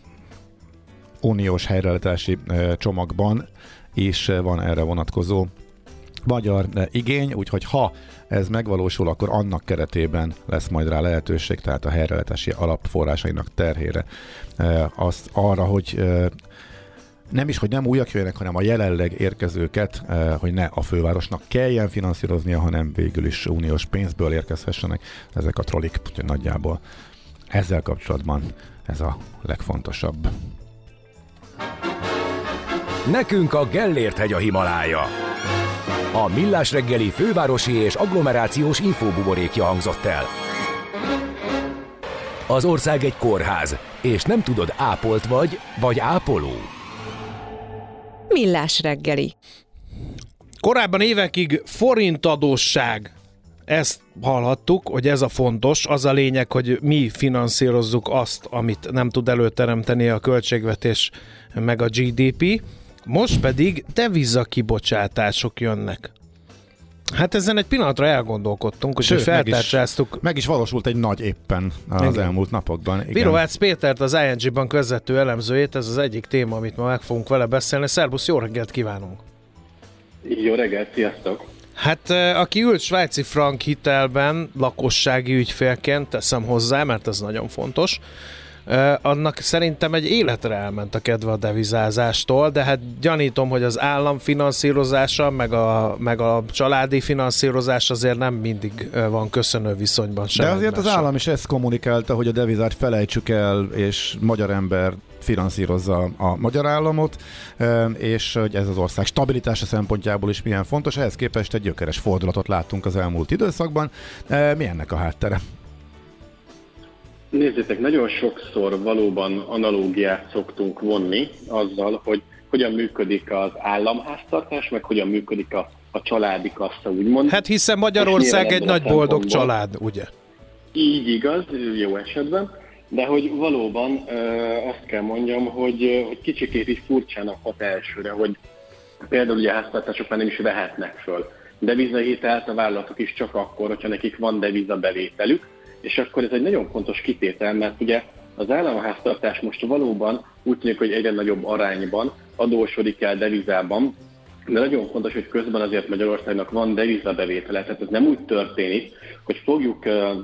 uniós helyreállítási csomagban, is van erre vonatkozó magyar igény, úgyhogy ha ez megvalósul, akkor annak keretében lesz majd rá lehetőség, tehát a helyreállítási alapforrásainak terhére az arra, hogy nem is, hogy nem újak jöjjenek, hanem a jelenleg érkezőket, hogy ne a fővárosnak kelljen finanszíroznia, hanem végül is uniós pénzből érkezhessenek ezek a trollik, úgyhogy nagyjából ezzel kapcsolatban ez a legfontosabb. Nekünk a Gellért-hegy a Himalája. A Millás reggeli fővárosi és agglomerációs infóbuborékja hangzott el. Az ország egy kórház, és nem tudod, ápolt vagy, vagy ápoló. Millás reggeli. Korábban évekig forintadósság. Ezt hallhattuk, hogy ez a fontos. Az a lényeg, hogy mi finanszírozzuk azt, amit nem tud előteremteni a költségvetés meg a gé dé pé. Most pedig devizakibocsátások jönnek. Hát ezen egy pillanatra elgondolkodtunk, hogy feltárcsáztuk. Meg, meg is valósult egy nagy éppen az igen. elmúlt napokban. Virovácz Pétert, az i en gé Bank vezető elemzőjét, ez az egyik téma, amit ma meg fogunk vele beszélni. Szerbusz, jó reggelt kívánunk! Jó reggelt, sziasztok! Hát aki ült svájci frank hitelben lakossági ügyfélként, teszem hozzá, mert ez nagyon fontos, annak szerintem egy életre elment a kedve a devizázástól, de hát gyanítom, hogy az állam finanszírozása, meg a, meg a családi finanszírozás azért nem mindig van köszönő viszonyban sem. De azért egymással. az állam is ezt kommunikálta, hogy a devizát felejtsük el, és magyar ember finanszírozza a magyar államot, és hogy ez az ország stabilitása szempontjából is milyen fontos. Ehhez képest egy gyökeres fordulatot láttunk az elmúlt időszakban. Mi ennek a háttere? Nézzétek, nagyon sokszor valóban analógiát szoktunk vonni azzal, hogy hogyan működik az államháztartás, meg hogyan működik a, a családi kassa, úgymond. Hát hiszen Magyarország egy nagy boldog család, ugye? Így igaz, jó esetben, de hogy valóban ö, azt kell mondjam, hogy, hogy kicsikét így furcsának hat elsőre, hogy például ugye a háztartások már nem is vehetnek föl devizahitelt, a vállalatok is csak akkor, hogyha nekik van devizabevételük, és akkor ez egy nagyon fontos kitétel, mert ugye az államháztartás most valóban úgy tűnik, hogy egyre nagyobb arányban adósodik el devizában, de nagyon fontos, hogy közben azért Magyarországnak van devizabevétele, tehát ez nem úgy történik, hogy fogjuk,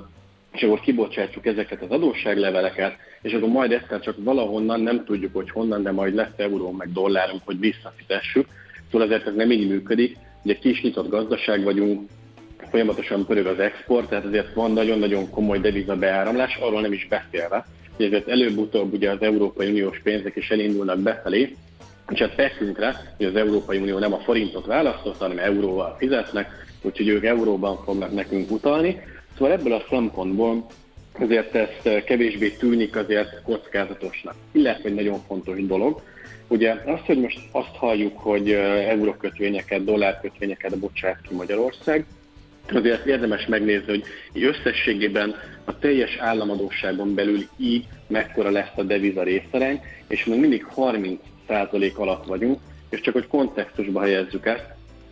és akkor kibocsátjuk ezeket az adósságleveleket, és akkor majd egyszer csak valahonnan, nem tudjuk, hogy honnan, de majd lesz euró meg dollárunk, hogy visszafizessük. Szóval azért ez nem így működik, ugye kis nyitott gazdaság vagyunk, folyamatosan pörög az export, tehát ezért van nagyon-nagyon komoly devizabeáramlás, arról nem is beszélve, hogy ezért előbb-utóbb ugye az Európai Uniós pénzek is elindulnak befelé, és hát feszünkre, hogy az Európai Unió nem a forintot választotta, hanem euróval fizetnek, úgyhogy ők euróban fognak nekünk utalni. Szóval ebből a szempontból azért ezt kevésbé tűnik azért kockázatosnak. Illetve egy nagyon fontos dolog, ugye az, hogy most azt halljuk, hogy eurókötvényeket, dollárkötvényeket bocsát ki Magyarország, azért érdemes megnézni, hogy így összességében a teljes államadósságon belül így mekkora lesz a deviza részarány, és még mindig harminc százalék alatt vagyunk, és csak hogy kontextusba helyezzük ezt,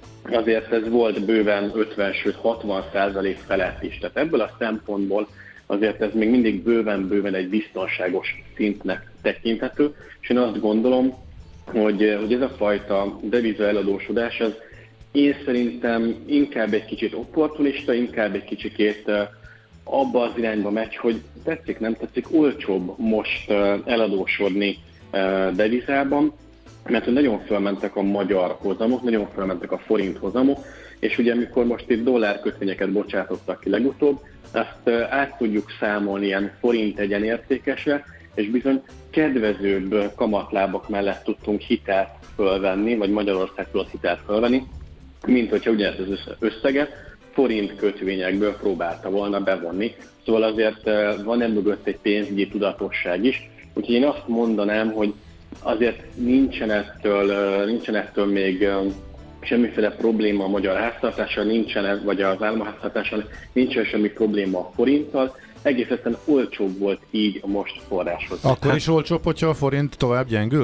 azért ez volt bőven ötven, sőt hatvan százalék felett is. Tehát ebből a szempontból azért ez még mindig bőven-bőven egy biztonságos szintnek tekinthető, és én azt gondolom, hogy, hogy ez a fajta deviza eladósodás, ez én szerintem inkább egy kicsit opportunista, inkább egy kicsikét abba az irányba megy, hogy tetszik, nem tetszik, olcsóbb most eladósodni devizában, mert nagyon fölmentek a magyar hozamok, nagyon fölmentek a forint hozamok, és ugye amikor most itt dollárkötvényeket bocsátottak ki legutóbb, azt át tudjuk számolni ilyen forint egyenértékesre, és bizony kedvezőbb kamatlábak mellett tudtunk hitelt fölvenni, vagy Magyarország tudott hitelt fölvenni, mint hogyha ugyanezt az összeget forint kötvényekből próbálta volna bevonni. Szóval azért van emögött egy pénzügyi tudatosság is, úgyhogy én azt mondanám, hogy azért nincsen ettől, nincsen ettől még semmiféle probléma a magyar háztartással, nincsen, vagy az államháztartással, nincsen semmi probléma a forinttal, egész egyszerűen olcsóbb volt így a most forráshoz. Akkor is olcsóbb, hogyha a forint tovább gyengül?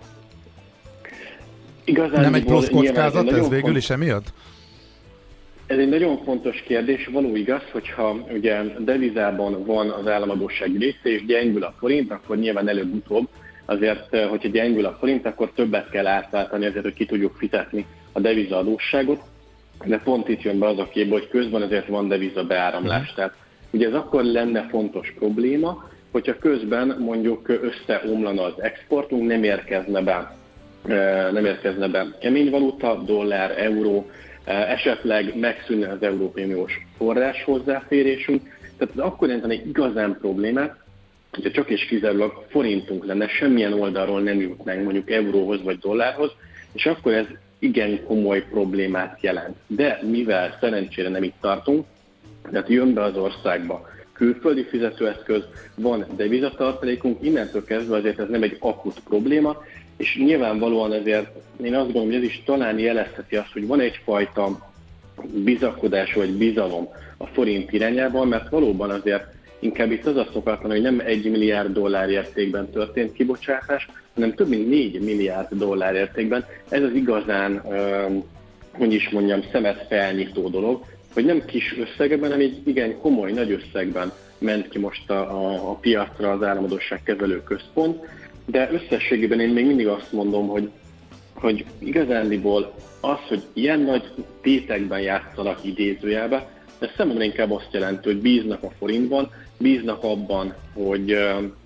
Igazán nem egy plusz kockázat ez végül font... is emiatt? Ez egy nagyon fontos kérdés, való igaz, hogyha ugye devizában van az államadósság része és gyengül a forint, akkor nyilván előbb-utóbb azért, hogyha gyengül a forint, akkor többet kell átváltani azért, hogy ki tudjuk fizetni a devizaadósságot, de pont itt jön be az a képbe, hogy közben azért van deviza beáramlás. Tehát ugye ez akkor lenne fontos probléma, hogyha közben mondjuk összeomlana az exportunk, nem érkezne be, nem érkezne be kemény valuta, dollár, euró, esetleg megszűnne az Európai Uniós forrás hozzáférésünk. Tehát ez akkor jelentene egy igazán problémát, hogyha csak és kizárólag forintunk lenne, semmilyen oldalról nem jutnánk mondjuk euróhoz vagy dollárhoz, és akkor ez igen komoly problémát jelent. De mivel szerencsére nem itt tartunk, tehát jön be az országba külföldi fizetőeszköz, van devizatartalékunk, innentől kezdve azért ez nem egy akut probléma, és nyilvánvalóan ezért én azt gondolom, hogy ez is talán jelezheti azt, hogy van egyfajta bizakodás vagy bizalom a forint irányában, mert valóban azért inkább itt az a szokatlan, hogy nem egy milliárd dollár értékben történt kibocsátás, hanem több mint négy milliárd dollár értékben. Ez az igazán, hogy is mondjam, szemet felnyitó dolog, hogy nem kis összegben, hanem egy igen komoly, nagy összegben ment ki most a, a, a piacra az államadósságkezelő központ, de összességében én még mindig azt mondom, hogy, hogy igazándiból az, hogy ilyen nagy tétekben játszanak idézőjelbe, ez számomra inkább azt jelenti, hogy bíznak a forintban, bíznak abban, hogy,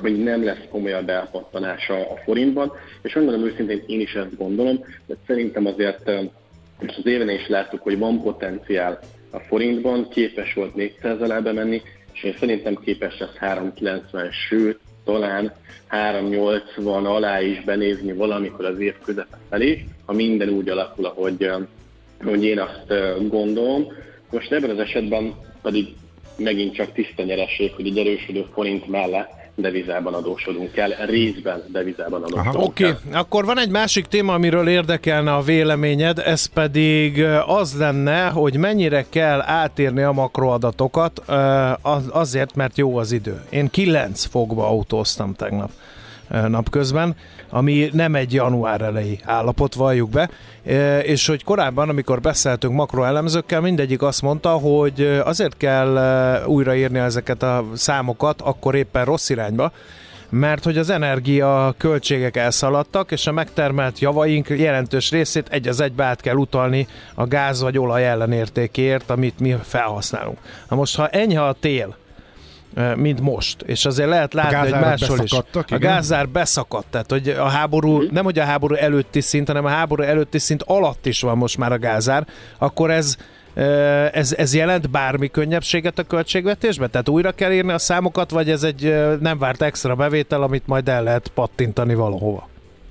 hogy nem lesz komolyabb elpattanása a forintban, és megmondom őszintén, én is ezt gondolom, de szerintem azért most az éven is láttuk, hogy van potenciál a forintban, képes volt négyszáz alá bemenni, és én szerintem képes lesz három kilencven, sőt, talán három nyolcvan alá is benézni valamikor az év közepe felé, ha minden úgy alakul, ahogy, ahogy én azt gondolom. Most ebben az esetben pedig megint csak tiszta nyereség, hogy egy erősödő forint mellett devizában adósodunk el, részben devizában adósodunk Oké, okay. Akkor van egy másik téma, amiről érdekelne a véleményed, ez pedig az lenne, hogy mennyire kell átírni a makroadatokat, azért, mert jó az idő. Én kilenc fokba autóztam tegnap napközben, ami nem egy január elejé állapot, valljuk be, és hogy korábban, amikor beszéltünk makroelemzőkkel, mindegyik azt mondta, hogy azért kell újraírni ezeket a számokat, akkor éppen rossz irányba, mert hogy az energia költségek elszaladtak, és a megtermelt javaink jelentős részét egy az egybe át kell utalni a gáz vagy olaj ellenértékért, amit mi felhasználunk. Na most, ha enyhe a tél, mint most, és azért lehet látni, hogy máshol is a gázár beszakadt, tehát hogy a háború, nem hogy a háború előtti szint, hanem a háború előtti szint alatt is van most már a gázár, akkor ez, ez, ez jelent bármi könnyebbséget a költségvetésben? Tehát újra kell írni a számokat, vagy ez egy nem várt extra bevétel, amit majd el lehet pattintani valahova?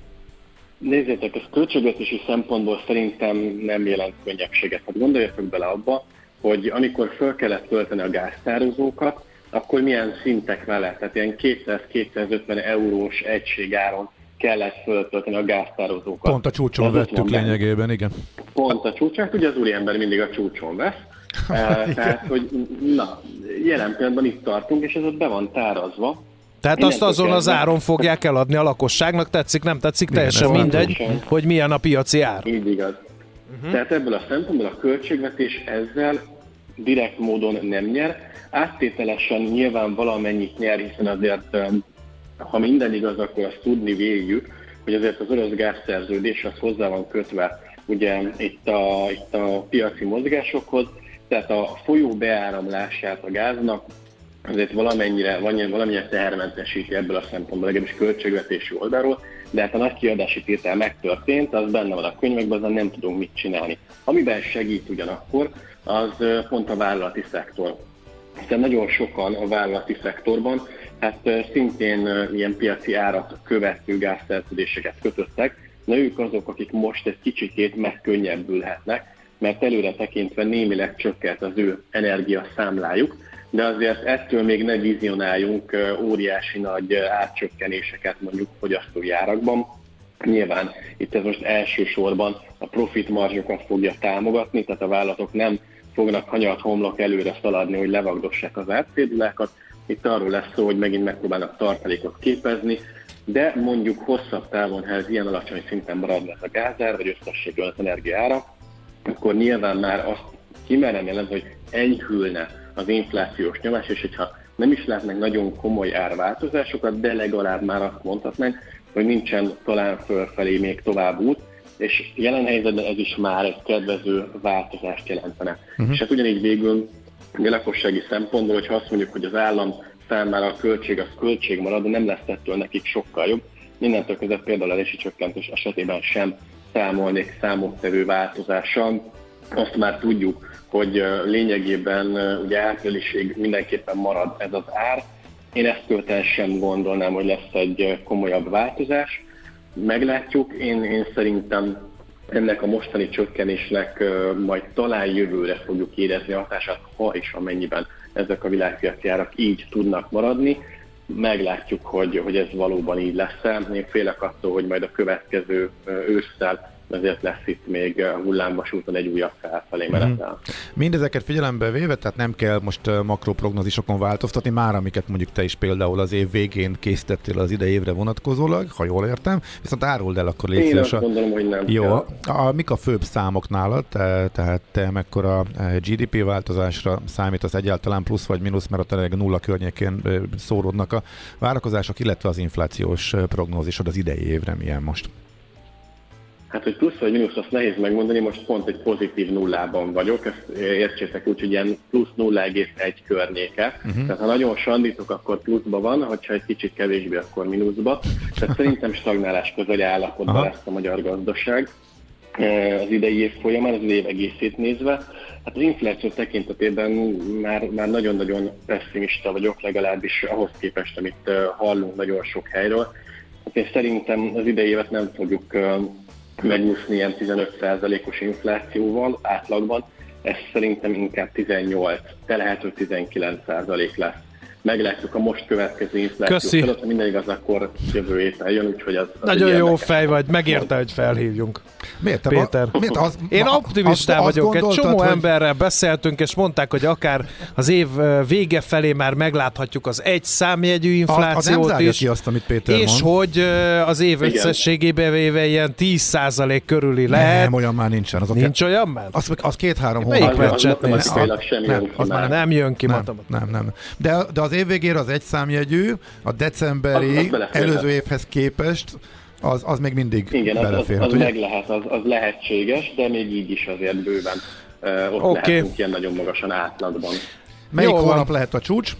Nézzétek, ez költségvetési szempontból szerintem nem jelent könnyebbséget. Hát gondoljatok bele abba, hogy amikor föl kellett tölteni a gáztározókat, akkor milyen szintek vele, tehát ilyen kétszáz-kétszázötven eurós egységáron kellett föltölteni a gáztározókat. Pont a csúcson ez vettük lényegében, igen. Pont a csúcson, ugye az úriember mindig a csúcson vesz. uh, tehát, hogy na, jelen pillanatban itt tartunk, és ez ott be van tárazva. Tehát Innen azt azon az áron fogják eladni a lakosságnak, tetszik, nem tetszik, igen, teljesen mindegy, pontosan, hogy milyen a piaci ár. Így igaz. Uh-huh. Tehát ebből a szempontból a költségvetés ezzel direkt módon nem nyer. Áttételesen nyilván valamennyit nyer, hiszen azért, ha minden igaz, akkor azt tudni véljük, hogy azért az orosz gázszerződés az hozzá van kötve ugye itt a, itt a piaci mozgásokhoz, tehát a folyó beáramlását a gáznak azért valamennyire, valamennyire tehermentesíti ebből a szempontból, legalábbis költségvetési oldalról, de hát a nagy kiadási tétel megtörtént, az benne van a könyvekben, azon nem tudunk mit csinálni. Amiben segít ugyanakkor, az pont a vállalati szektor. Hiszen nagyon sokan a vállalati szektorban hát szintén ilyen piaci árat követő gázszerződéseket kötöttek, na ők azok, akik most egy kicsikét megkönnyebbülhetnek, mert előre tekintve némileg csökkent az ő energiaszámlájuk, de azért ettől még ne vizionáljunk óriási nagy árcsökkenéseket mondjuk fogyasztói árakban. Nyilván itt ez most elsősorban a profit marzsokat fogja támogatni, tehát a vállalatok nem fognak hanyat homlok előre szaladni, hogy levagdossák az árcédulákat. Itt arról lesz szó, hogy megint megpróbálnak tartalékot képezni, de mondjuk hosszabb távon, ha ez ilyen alacsony szinten marad lesz a gázár, vagy összességül az energiaára, akkor nyilván már azt kimerem jelezni, hogy enyhülne az inflációs nyomás, és hogyha nem is látnak nagyon komoly árváltozásokat, de legalább már azt mondhatnánk, hogy nincsen talán fölfelé még tovább út, és jelen helyzetben ez is már egy kedvező változást jelentene. Uh-huh. És hát ugyanígy végül a lakossági szempontból, hogyha azt mondjuk, hogy az állam számára a költség az költség marad, de nem lesz ettől nekik sokkal jobb. Mindentől kezdve például a rezsicsökkentés esetében sem számolnék számottevő változással. Azt már tudjuk, hogy lényegében ugye áprilisig mindenképpen marad ez az ár. Én ezt követően sem gondolnám, hogy lesz egy komolyabb változás. Meglátjuk, én, én szerintem ennek a mostani csökkenésnek majd talán jövőre fogjuk érezni a hatását, ha és amennyiben ezek a világpiaci árak így tudnak maradni. Meglátjuk, hogy, hogy ez valóban így lesz. Én félek attól, hogy majd a következő ősszel ezért lesz itt még hullámvasúton egy újabb felfelé menetel. Mm. Mindezeket figyelembe véve, tehát nem kell most makroprognózisokon változtatni, már amiket mondjuk te is például az év végén készítettél az idei évre vonatkozólag, ha jól értem, viszont áruld el akkor légy Én azt gondolom, hogy nem Jó. kell. A, mik a főbb számok nálad? Te, tehát te mekkora gé dé pé változásra számítasz, egyáltalán plusz vagy mínusz, mert ott elég nulla környékén szóródnak a várakozások, illetve az inflációs prognózisod az idei évre milyen most? Hát, hogy plusz vagy mínusz, azt nehéz megmondani, most pont egy pozitív nullában vagyok, ezt értsétek úgy, hogy ilyen plusz nulla egész egy környéke. Uh-huh. Tehát ha nagyon sandítok, akkor pluszba van, hogyha egy kicsit kevésbé, akkor mínuszba. Tehát szerintem stagnálás közeli állapotban Aha. lesz a magyar gazdaság az idei év folyamán, az év egészét nézve. Hát az infláció tekintetében már, már nagyon-nagyon pessimista vagyok, legalábbis ahhoz képest, amit hallunk nagyon sok helyről. Hát én szerintem az idei évet nem fogjuk megúszni ilyen tizenöt százalékos inflációval átlagban, ez szerintem inkább tizennyolc, de lehet, hogy tizenkilenc százalék lesz. Meglátjuk a most következő infláció felett, ha minden igaz, akkor jövő héten jön, úgyhogy az, az nagyon jó fej vagy, megérte, hogy felhívjunk. Miért? Péter. A, miért az, Én optimistá az, vagyok, egy csomó hogy... emberrel beszéltünk, és mondták, hogy akár az év vége felé már megláthatjuk az egy számjegyű inflációt az, az is, ki azt, amit Péter és mond. hogy az év összességében véve ilyen tíz százalék körüli lehet. Nem, olyan már nincsen. Az Nincs a... olyan már? Az, az két-három hónap. Melyik meccset néztem? Nem, az már nem jön ki nem, nem, nem. De, de az év végére az egy számjegyű, a decemberi az, az előző évhez képest az, az még mindig igen, belefér. Az, az, az meg lehet, az, az lehetséges, de még így is azért bőven uh, ott okay. lehetünk ilyen nagyon magasan átlagban. Melyik hónap lehet a csúcs?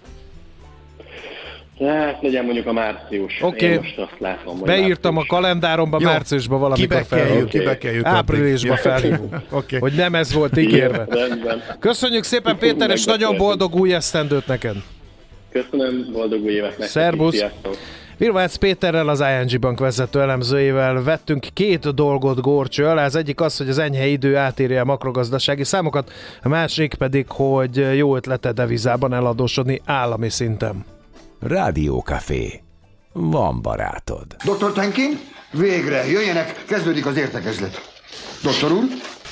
Hát legyen mondjuk a március. Oké, okay. Most azt látom, beírtam március. a kalendáromba, jó. Márciusban valamikor felhívjuk. Okay. Áprilisban felhívjuk. Okay. Hogy nem ez volt ígérve. Köszönjük szépen, Péter, és nagyon boldog új esztendőt neked. Köszönöm, boldog új évet neked. Szerbusz. Virvácz Péterrel, az i en gé Bank vezető elemzőjével vettünk két dolgot górcső alá. Az egyik az, hogy az enyhe idő átírja a makrogazdasági számokat, a másik pedig, hogy jó ötlete devizában eladósodni állami szinten. Rádiókafé. Van barátod. doktor Tenkin, végre, jöjjenek, kezdődik az értekezlet. Doktor úr?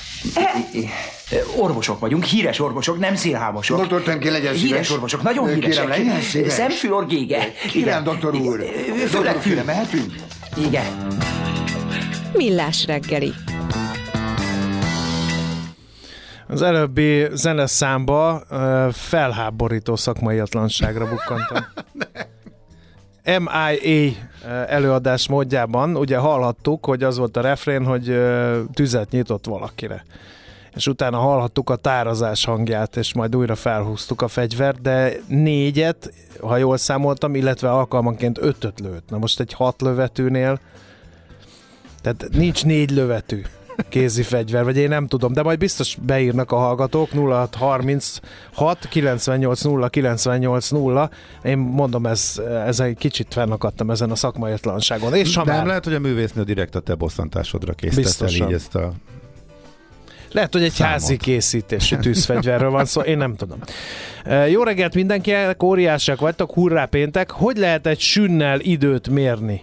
Orvosok vagyunk, híres orvosok, nem szélhámosok. doktor Tenkin, legyen szíves. Híres orvosok, nagyon híresek. Kérem, legyen szíves. Szemfülor gége. Kérem, doktor úr. Főleg fülre mehetünk? Igen. Millás reggeli. Az előbbi zeneszámba felháborító szakmaiatlanságra bukkantam. em i á előadás módjában ugye hallhattuk, hogy az volt a refrén, hogy tüzet nyitott valakire. És utána hallhattuk a tárazás hangját, és majd újra felhúztuk a fegyvert, de négyet, ha jól számoltam, illetve alkalmanként ötöt lőtt. Na most egy hat lövetűnél, tehát nincs négy lövetű kézi fegyver, vagy én nem tudom, de majd biztos beírnak a hallgatók nulla hat harminchat kilencvennyolc nulla kilencvennyolc nulla. Én mondom, ez, ez egy kicsit fennakadtam ezen a szakmaiatlanságon. És nem már... lehet, hogy a művésznő direkt a te bosszantásodra készített el így ezt a... Lehet, hogy egy számot. Házi készítésű tűzfegyverről van szó, én nem tudom. Jó reggelt mindenkinek, óriásiak vagytok, hurrá péntek. Hogy lehet egy sünnel időt mérni?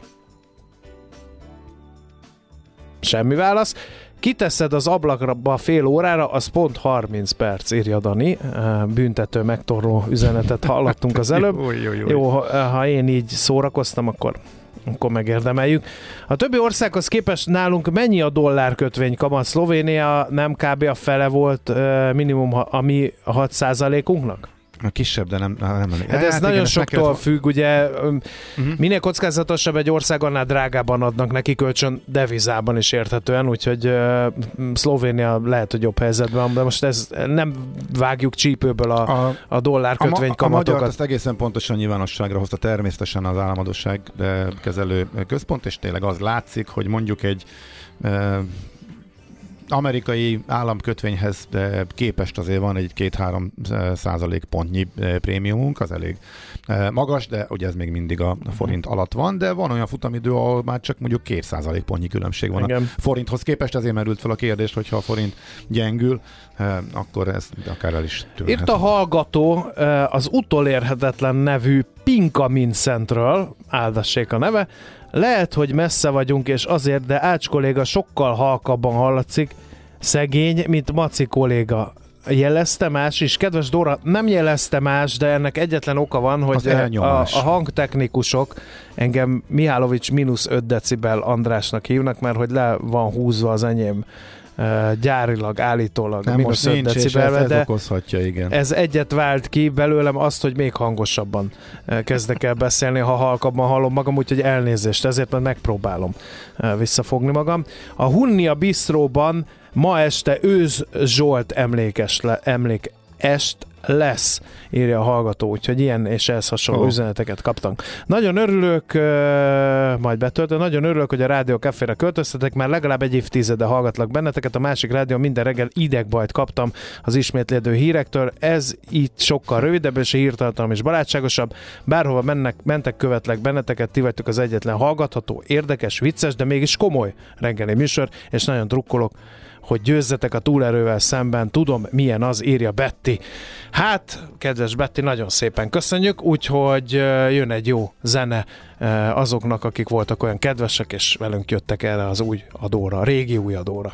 Semmi válasz. Kiteszed az ablakba fél órára, az pont harminc perc, írja Dani. Büntető megtorló üzenetet hallottunk az előbb. Jó, jó, jó. Jó, ha, ha én így szórakoztam, akkor, akkor megérdemeljük. A többi országhoz képest nálunk mennyi a dollárkötvény kamat? Szlovénia nem kb. A fele volt minimum a mi hat százalékunknak? A kisebb, de nem... nem, nem. Hát ez hát nagyon igen, soktól kellett... függ, ugye uh-huh. minél kockázatosabb egy ország, annál drágában adnak neki kölcsön devizában is érthetően, úgyhogy uh, Szlovénia lehet, hogy jobb helyzetben van, de most ez nem vágjuk csípőből a, a, a dollár kötvény kamatokat. A magyar azt egészen pontosan nyilvánosságra hozta természetesen az államadósság kezelő központ, és tényleg az látszik, hogy mondjuk egy uh, amerikai államkötvényhez képest azért van egy két-három százalék pontnyi prémiumunk, az elég magas, de ugye ez még mindig a forint alatt van, de van olyan futamidő, ahol már csak mondjuk két százalék pontnyi különbség van igen. A forinthoz képest, ezért merült fel a kérdés, hogyha a forint gyengül, akkor ez akár el is tűnhet. Itt a hallgató az utolérhetetlen nevű Pinka Mincentről, áldassék a neve, lehet, hogy messze vagyunk, és azért, de Ács kolléga sokkal halkabban hallatszik, szegény, mint Maci kolléga. Jelezte más is? Kedves Dóra, nem jelezte más, de ennek egyetlen oka van, hogy a, a hangtechnikusok engem Mihálovics mínusz öt decibel Andrásnak hívnak, mert hogy le van húzva az enyém gyárilag, állítólag nem, mínusz most öt nincs, decibelbe, ez, ez de okozhatja, igen. ez egyet vált ki belőlem azt, hogy még hangosabban kezdek el beszélni, ha halkabban hallom magam, úgyhogy elnézést, ezért majd megpróbálom visszafogni magam. A Hunnia Bistróban ma este Őz Zsolt emlékes le, emlék est lesz, írja a hallgató, úgyhogy ilyen és ehhez hasonló oh. üzeneteket kaptam. Nagyon örülök, majd betöltő, nagyon örülök, hogy a Rádió Cafére költöztetek, már legalább egy évtizede hallgatlak benneteket, a másik rádió minden reggel idegbajt kaptam az ismétlődő hírektől, ez itt sokkal rövidebb, és a hírtartalom is barátságosabb, bárhova mennek, mentek, követlek benneteket, ti vagytok az egyetlen hallgatható, érdekes, vicces, de mégis komoly reggeli műsor, és nagyon drukkolok, hogy győzzetek a túlerővel szemben, tudom milyen az, írja Betty. Hát, kedves Betty, nagyon szépen köszönjük, úgyhogy jön egy jó zene azoknak, akik voltak olyan kedvesek, és velünk jöttek erre az új adóra, a régi új adóra.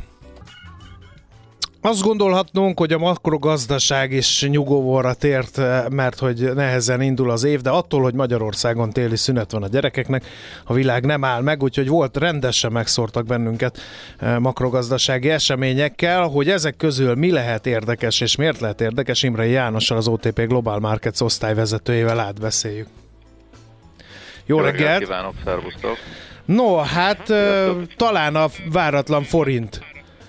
Azt gondolhatnunk, hogy a makrogazdaság is nyugovóra tért, mert hogy nehezen indul az év, de attól, hogy Magyarországon téli szünet van a gyerekeknek, a világ nem áll meg, úgyhogy volt, rendesen megszórtak bennünket makrogazdasági eseményekkel, hogy ezek közül mi lehet érdekes, és miért lehet érdekes, Imrei Jánossal, az o té pé Global Markets osztályvezetőjével átbeszéljük. Jó, Jó reggelt! reggelt kívánok, szervusztok! No, hát talán a váratlan forint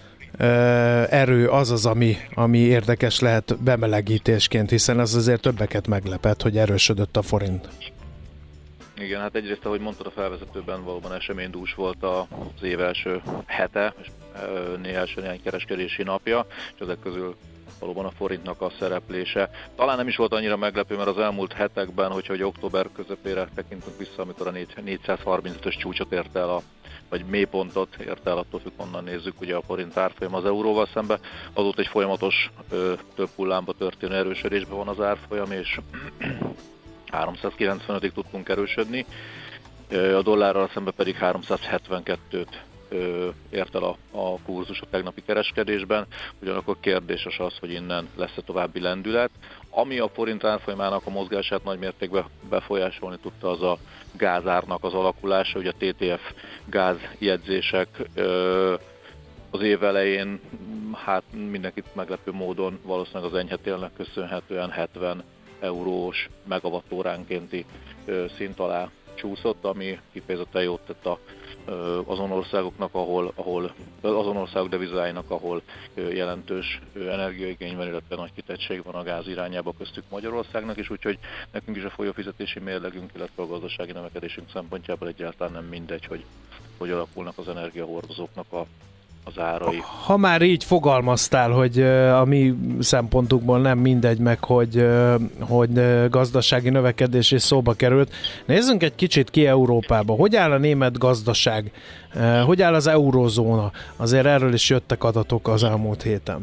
erő az az, ami, ami érdekes lehet bemelegítésként, hiszen az azért többeket meglepett, hogy erősödött a forint. Igen, hát egyrészt, ahogy mondtad a felvezetőben, valóban eseménydús volt az év első hete, és néhány első néhány kereskedési napja, és ezek közül valóban a forintnak a szereplése. Talán nem is volt annyira meglepő, mert az elmúlt hetekben, hogyha hogy október közepére tekintünk vissza, amikor a négyszázharmincötös csúcsot ért el a vagy mélypontot ért el, attól függ, onnan nézzük, ugye a forint árfolyam az euróval szembe. Azóta egy folyamatos ö, több hullámba történő erősödésben van az árfolyam, és háromszázkilencvenötig tudtunk erősödni. A dollárral szembe pedig háromszázhetvenkettőt ö, ért el a, a kurzus a tegnapi kereskedésben. Ugyanakkor kérdéses az, hogy innen lesz-e további lendület. Ami a forint árfolyamának a mozgását nagy mértékben befolyásolni tudta, az a gázárnak az alakulása, ugye a té té ef gázjegyzések ö, az év elején, hát mindenkit meglepő módon valószínűleg az enyhe télnek köszönhetően hetven eurós megawattóránkénti ö, szint alá csúszott, ami kifejezetten jót tett a, ö, azon országoknak, ahol, ahol azon országok devizáinak, ahol ö, jelentős ö, energiaigény van, illetve nagy kitettség van a gáz irányába, köztük Magyarországnak is, úgyhogy nekünk is a folyófizetési mérlegünk, illetve a gazdasági növekedésünk szempontjából egyáltalán nem mindegy, hogy hogy alakulnak az energiahordozóknak a az árai. Ha már így fogalmaztál, hogy a mi szempontunkból nem mindegy meg, hogy, hogy gazdasági növekedés is szóba került. Nézzünk egy kicsit ki Európába. Hogy áll a német gazdaság? Hogy áll az eurózóna? Azért erről is jöttek adatok az elmúlt héten.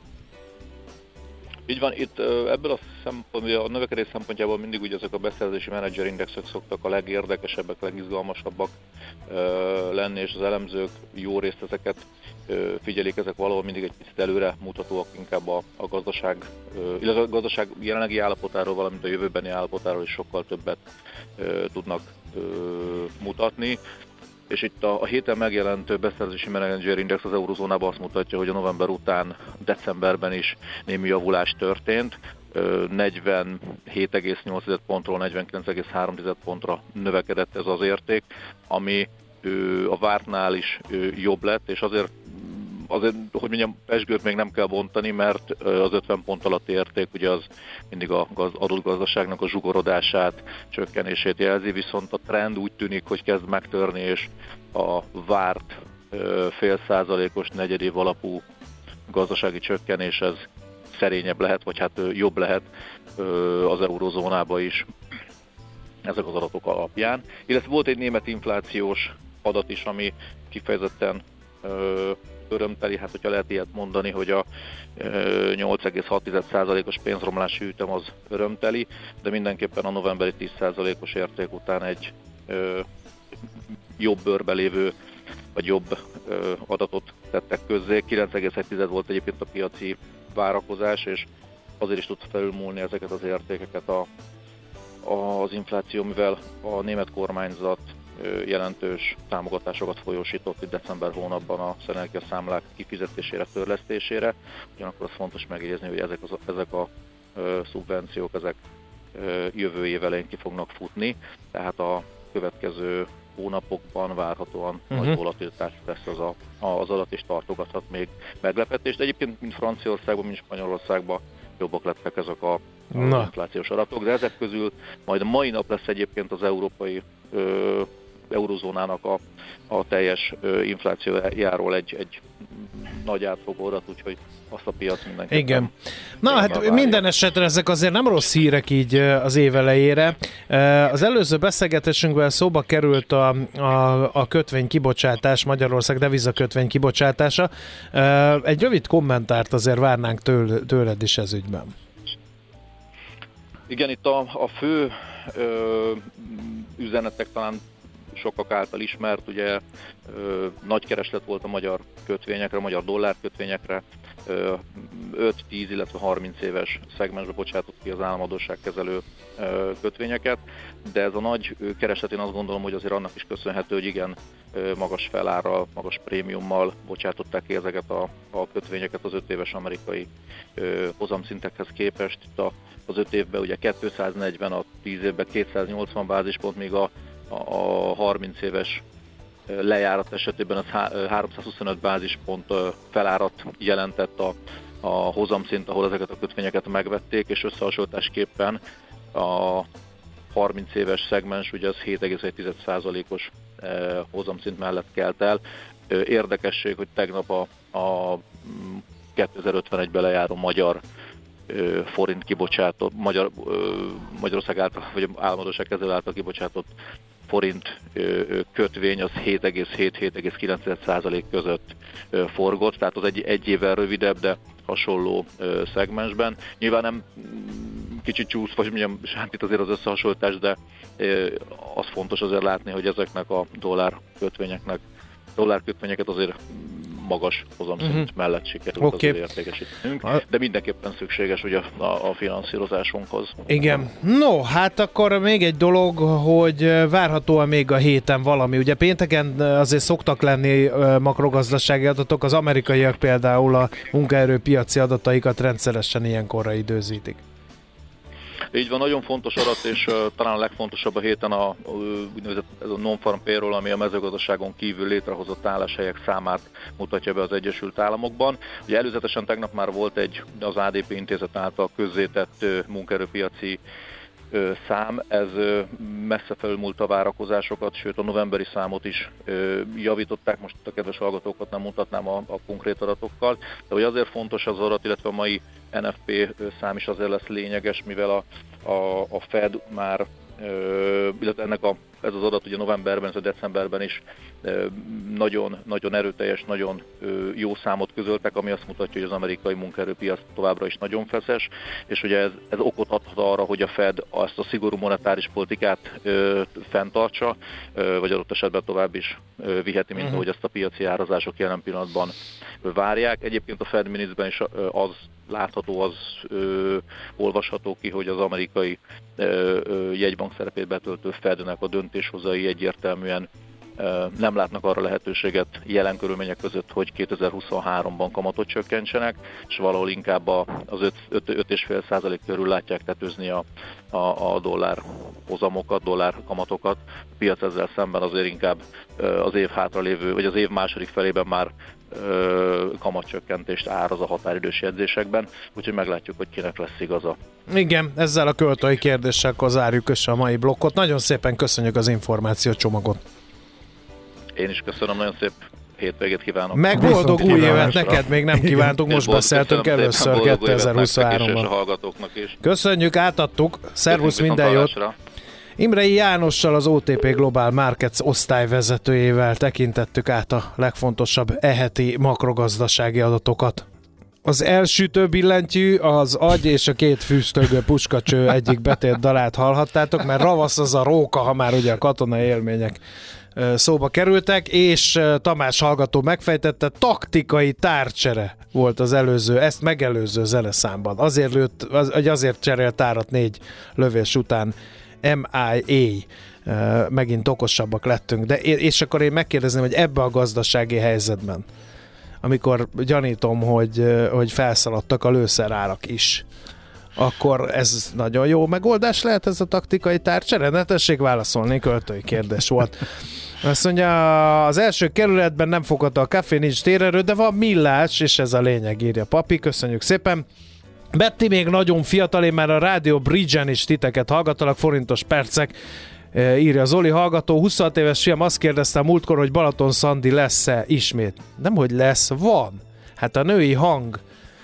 Így van, itt ebből a szempontból, a növekedés szempontjából mindig ugye ezek a beszerzési menedzser indexek szoktak a legérdekesebbek, legizgalmasabbak lenni, és az elemzők jó részt ezeket figyelik, ezek valahol mindig egy picit előre mutatóak inkább a, a gazdaság, illetve a gazdaság jelenlegi állapotáról, valamint a jövőbeni állapotáról is sokkal többet tudnak mutatni. És itt a, a héten megjelentő beszerzési menedzser index az eurozónában azt mutatja, hogy a november után decemberben is némi javulás történt. negyvenhét egész nyolc pontról negyvenkilenc egész három pontra növekedett ez az érték, ami a vártnál is jobb lett, és azért, azért, hogy mondjam, pezsgőt még nem kell bontani, mert az ötven pont alatti érték ugye az mindig az adott gazdaságnak a zsugorodását, csökkenését jelzi, viszont a trend úgy tűnik, hogy kezd megtörni, és a várt fél százalékos negyedév alapú gazdasági csökkenés ez szerényebb lehet, vagy hát jobb lehet az eurozónába is ezek az adatok alapján. Illetve volt egy német inflációs adat is, ami kifejezetten örömteli, hát hogyha lehet ilyet mondani, hogy a nyolc egész hat százalékos pénzromlási ütem az örömteli, de mindenképpen a novemberi tíz százalékos érték után egy ö, jobb bőrbe lévő, vagy jobb ö, adatot tettek közzé. kilenc egész egy volt egyébként a piaci várakozás, és azért is tudta felülmúlni ezeket az értékeket a, az infláció, mivel a német kormányzat jelentős támogatásokat folyósított itt december hónapban a energia számlák kifizetésére, törlesztésére. Ugyanakkor az fontos megjegyezni, hogy ezek, az, ezek a ö, szubvenciók, ezek ö, jövő év elején ki fognak futni, tehát a következő hónapokban várhatóan uh-huh. nagy volatilitás lesz az, a, az adat, és tartogathat még meglepetést. Egyébként mind Franciaországban, mind Spanyolországban jobbak lettek ezek a, a inflációs adatok, de ezek közül majd a mai nap lesz egyébként az európai ö, eurozónának a, a teljes ö, inflációjáról egy, egy nagy átfogó adat, úgyhogy azt a piac mindenképpen. Igen. Na hát várja. Minden esetre ezek azért nem rossz hírek így az év elejére. Az előző beszélgetésünkben szóba került a, a, a kötvény kibocsátás, Magyarország devizakötvény kibocsátása. Egy rövid kommentárt azért várnánk től, tőled is ez ügyben. Igen, itt a, a fő ö, üzenetek talán sokak által ismert, ugye ö, nagy kereslet volt a magyar kötvényekre, a magyar dollárkötvényekre, ö, öt, tíz, illetve harminc éves szegmensbe bocsátott ki az államadósságkezelő ö, kötvényeket, de ez a nagy kereslet, én azt gondolom, hogy azért annak is köszönhető, hogy igen ö, magas felárral, magas prémiummal bocsátották ki ezeket a, a kötvényeket az öt éves amerikai ö, hozamszintekhez képest. Itt a, az öt évben ugye kétszáznegyven, a tíz évben kétszáznyolcvan bázispont, míg a a harminc éves lejárat esetében az háromszázhuszonöt bázispont felárat jelentett a, a hozamszint, ahol ezeket a kötvényeket megvették, és összehasonlításképpen a harminc éves szegmens ugye az hét egész egy százalékos hozamszint mellett kelt el. Érdekesség, hogy tegnap a, a kétezer-ötvenegyben lejáró magyar forint kibocsátott, Magyar, Magyarország által, vagy államadósság kezelő által kibocsátott forint kötvény az hét egész hét - hét egész kilenc százalék között forgott, tehát az egy, egy évvel rövidebb, de hasonló szegmensben. Nyilván nem kicsit csúsz, vagy mondjam, sántít azért az összehasonlítás, de az fontos azért látni, hogy ezeknek a dollár kötvényeknek, dollár kötvényeket azért magas hozamszint uh-huh. mellett sikerült okay. azért értékesítenünk, de mindenképpen szükséges ugye a, a finanszírozásunkhoz. Igen. No, hát akkor még egy dolog, hogy várhatóan még a héten valami. Ugye pénteken azért szoktak lenni makrogazdasági adatok, az amerikaiak például a munkaerőpiaci adataikat rendszeresen ilyenkorra időzítik. Így van, nagyon fontos adat, és uh, talán a legfontosabb a héten a uh, úgynevezett ez a non-farm payroll, ami a mezőgazdaságon kívül létrehozott álláshelyek számát mutatja be az Egyesült Államokban. Ugye előzetesen tegnap már volt egy az á dé pé intézet által közzétett uh, munkaerőpiaci uh, szám, ez uh, messze felülmúlt a várakozásokat, sőt a novemberi számot is uh, javították, most a kedves hallgatókat nem mutatnám a, a konkrét adatokkal, de hogy azért fontos az adat, illetve a mai en ef pé szám is azért lesz lényeges, mivel a, a, a Fed már, illetve ennek a, ez az adat ugye novemberben, ez a decemberben is nagyon, nagyon erőteljes, nagyon jó számot közöltek, ami azt mutatja, hogy az amerikai munkaerőpiac továbbra is nagyon feszes, és ugye ez, ez okot adhat arra, hogy a Fed azt a szigorú monetáris politikát ö, fenntartsa, ö, vagy adott esetben tovább is ö, viheti, mint uh-huh. ahogy ezt a piaci árazások jelen pillanatban várják. Egyébként a Fed Minutes-ben is az látható, az ö, olvasható ki, hogy az amerikai ö, ö, jegybank szerepét betöltő Fednek a döntéshozai egyértelműen ö, nem látnak arra lehetőséget jelen körülmények között, hogy kétezer-huszonháromban kamatot csökkentsenek, és valahol inkább az öt egész öt százalék körül látják tetőzni a, a, a dollár hozamokat, dollár kamatokat. A piac ezzel szemben azért inkább ö, az év hátralévő, vagy az év második felében már kamatcsökkentést áraz a határidős jegyzésekben, úgyhogy meglátjuk, hogy kinek lesz igaza. Igen, ezzel a költői kérdéssel akkor zárjuk össze a mai blokkot. Nagyon szépen köszönjük az információcsomagot. Én is köszönöm, nagyon szép hétvégét kívánok. Meg boldog új évet neked még nem kívántunk, most beszéltünk először kétezer-huszonháromban. És a hallgatóknak is. Köszönjük, átadtuk. Szervusz, minden jót. Imrei Jánossal, az o té pé Global Markets osztályvezetőjével tekintettük át a legfontosabb eheti makrogazdasági adatokat. Az elsütő billentyű, az agy és a két füstölgő puskacső egyik betét dalát hallhattátok, mert ravasz az a róka, ha már ugye a katonai élmények szóba kerültek, és Tamás hallgató megfejtette, taktikai tárcsere volt az előző, ezt megelőző zeneszámban. Azért, lőtt, az, azért cserélt tárat négy lövés után em i á megint okosabbak lettünk. De és akkor én megkérdezném, hogy ebbe a gazdasági helyzetben, amikor gyanítom, hogy, hogy felszaladtak a lőszerárak is, akkor ez nagyon jó megoldás lehet, ez a taktikai tárcsere? Ne tessék válaszolni, költői kérdés volt. Azt mondja, az első kerületben nem fogható a kávé, nincs térerő, de van millás, és ez a lényeg, írja Papi, köszönjük szépen. Betty még nagyon fiatal, én már a Rádió Bridge-en is titeket hallgatalak, forintos percek, írja Zoli hallgató. huszonhat éves fiam, azt kérdezte múltkor, hogy Balaton Szandi lesz-e ismét. Nem, hogy lesz, van. Hát a női hang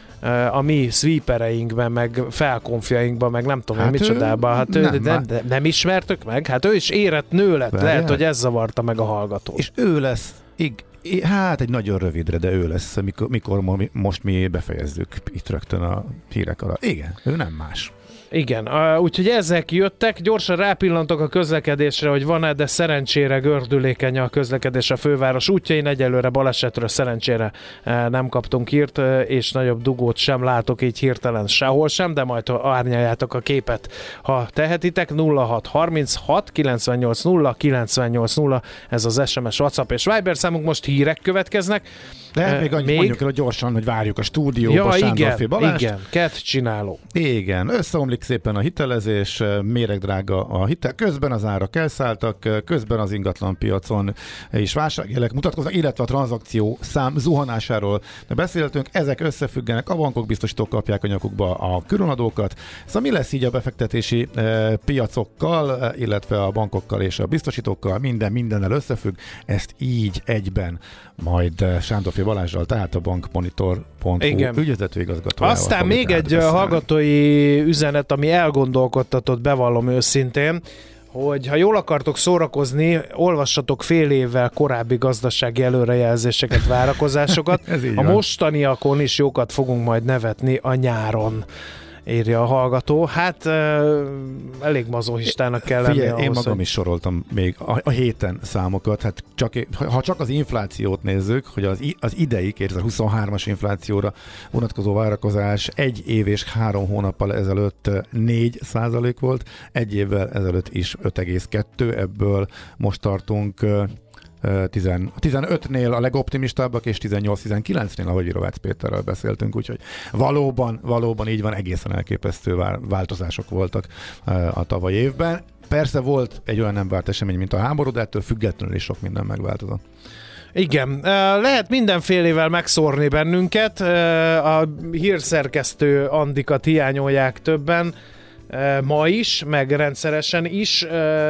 a mi sweepereinkben, meg felkonfjainkban, meg nem tudom, hát micsodában. Hát ő, nem, nem, nem, nem ismertük meg? Hát ő is érett nő lett. Várjál. Lehet, hogy ez zavarta meg a hallgatót. És ő lesz, ig- hát egy nagyon rövidre, de ő lesz, mikor, mikor most mi befejezzük itt rögtön a hírek alatt. Igen, ő nem más. Igen, úgyhogy ezek jöttek, gyorsan rápillantok a közlekedésre, hogy van-e, de szerencsére gördülékeny a közlekedés a főváros útjain, egyelőre balesetről szerencsére nem kaptunk hírt, és nagyobb dugót sem látok így hirtelen sehol sem, de majd árnyaljátok a képet, ha tehetitek. Nulla hat harminchat kilencvennyolc nulla kilencvennyolc nulla, ez az es em es, WhatsApp és Viber számunk, most hírek következnek. De uh, még annyit még... mondjuk el, hogy gyorsan, hogy várjuk a stúdióba ja, Sándorfi Balást. Igen, kett csináló. Igen, összeomlik szépen a hitelezés, méregdrága a hitel, közben az árak elszálltak, közben az ingatlan piacon is válságjelek mutatkoznak, illetve a tranzakció szám zuhanásáról beszéltünk, ezek összefüggenek, a bankok biztosítók kapják a nyakukba a különadókat. Szóval mi lesz így a befektetési eh, piacokkal, illetve a bankokkal és a biztosítókkal, minden mindennel összefügg, ezt így egyben majd Sándorfi Balázsral, tehát a bankmonitor pont hu ügyvezető igazgatójával. Aztán még egy beszélni. Hallgatói üzenet, ami elgondolkodtatott, bevallom őszintén, hogy ha jól akartok szórakozni, olvassatok fél évvel korábbi gazdasági előrejelzéseket, várakozásokat. A mostaniakon is jókat fogunk majd nevetni a nyáron, írja a hallgató. Hát uh, elég mazohistának kell lenni. Figyelj, én magam hogy... is soroltam még a, a héten számokat, hát csak, ha csak az inflációt nézzük, hogy az, az idei kétezer-huszonhármas inflációra vonatkozó várakozás egy év és három hónappal ezelőtt négy százalék volt, egy évvel ezelőtt is öt egész kettő, ebből most tartunk tizenötnél a legoptimistábbak, és tizennyolc-tizenkilencnél, ahogy Virovácz Péterrel beszéltünk, úgyhogy valóban, valóban így van, egészen elképesztő változások voltak a tavalyi évben. Persze volt egy olyan nem várt esemény, mint a háború, de ettől függetlenül is sok minden megváltozott. Igen, lehet mindenfélével megszórni bennünket, a hírszerkesztő Andikat hiányolják többen, ma is, meg rendszeresen is,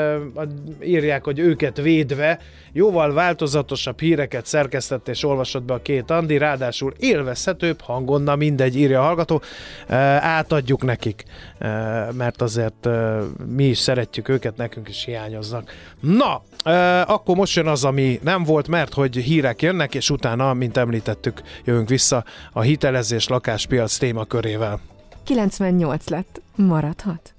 írják, hogy őket védve jóval változatosabb híreket szerkesztett és olvasott be a két Andi, ráadásul élvezhetőbb hangon, na mindegy, írja a hallgató, átadjuk nekik, mert azért mi is szeretjük őket, nekünk is hiányoznak. Na, akkor most jön az, ami nem volt, mert hogy hírek jönnek, és utána, mint említettük, jövünk vissza a hitelezés lakáspiac témakörével. kilencvennyolc lett. Maradhat.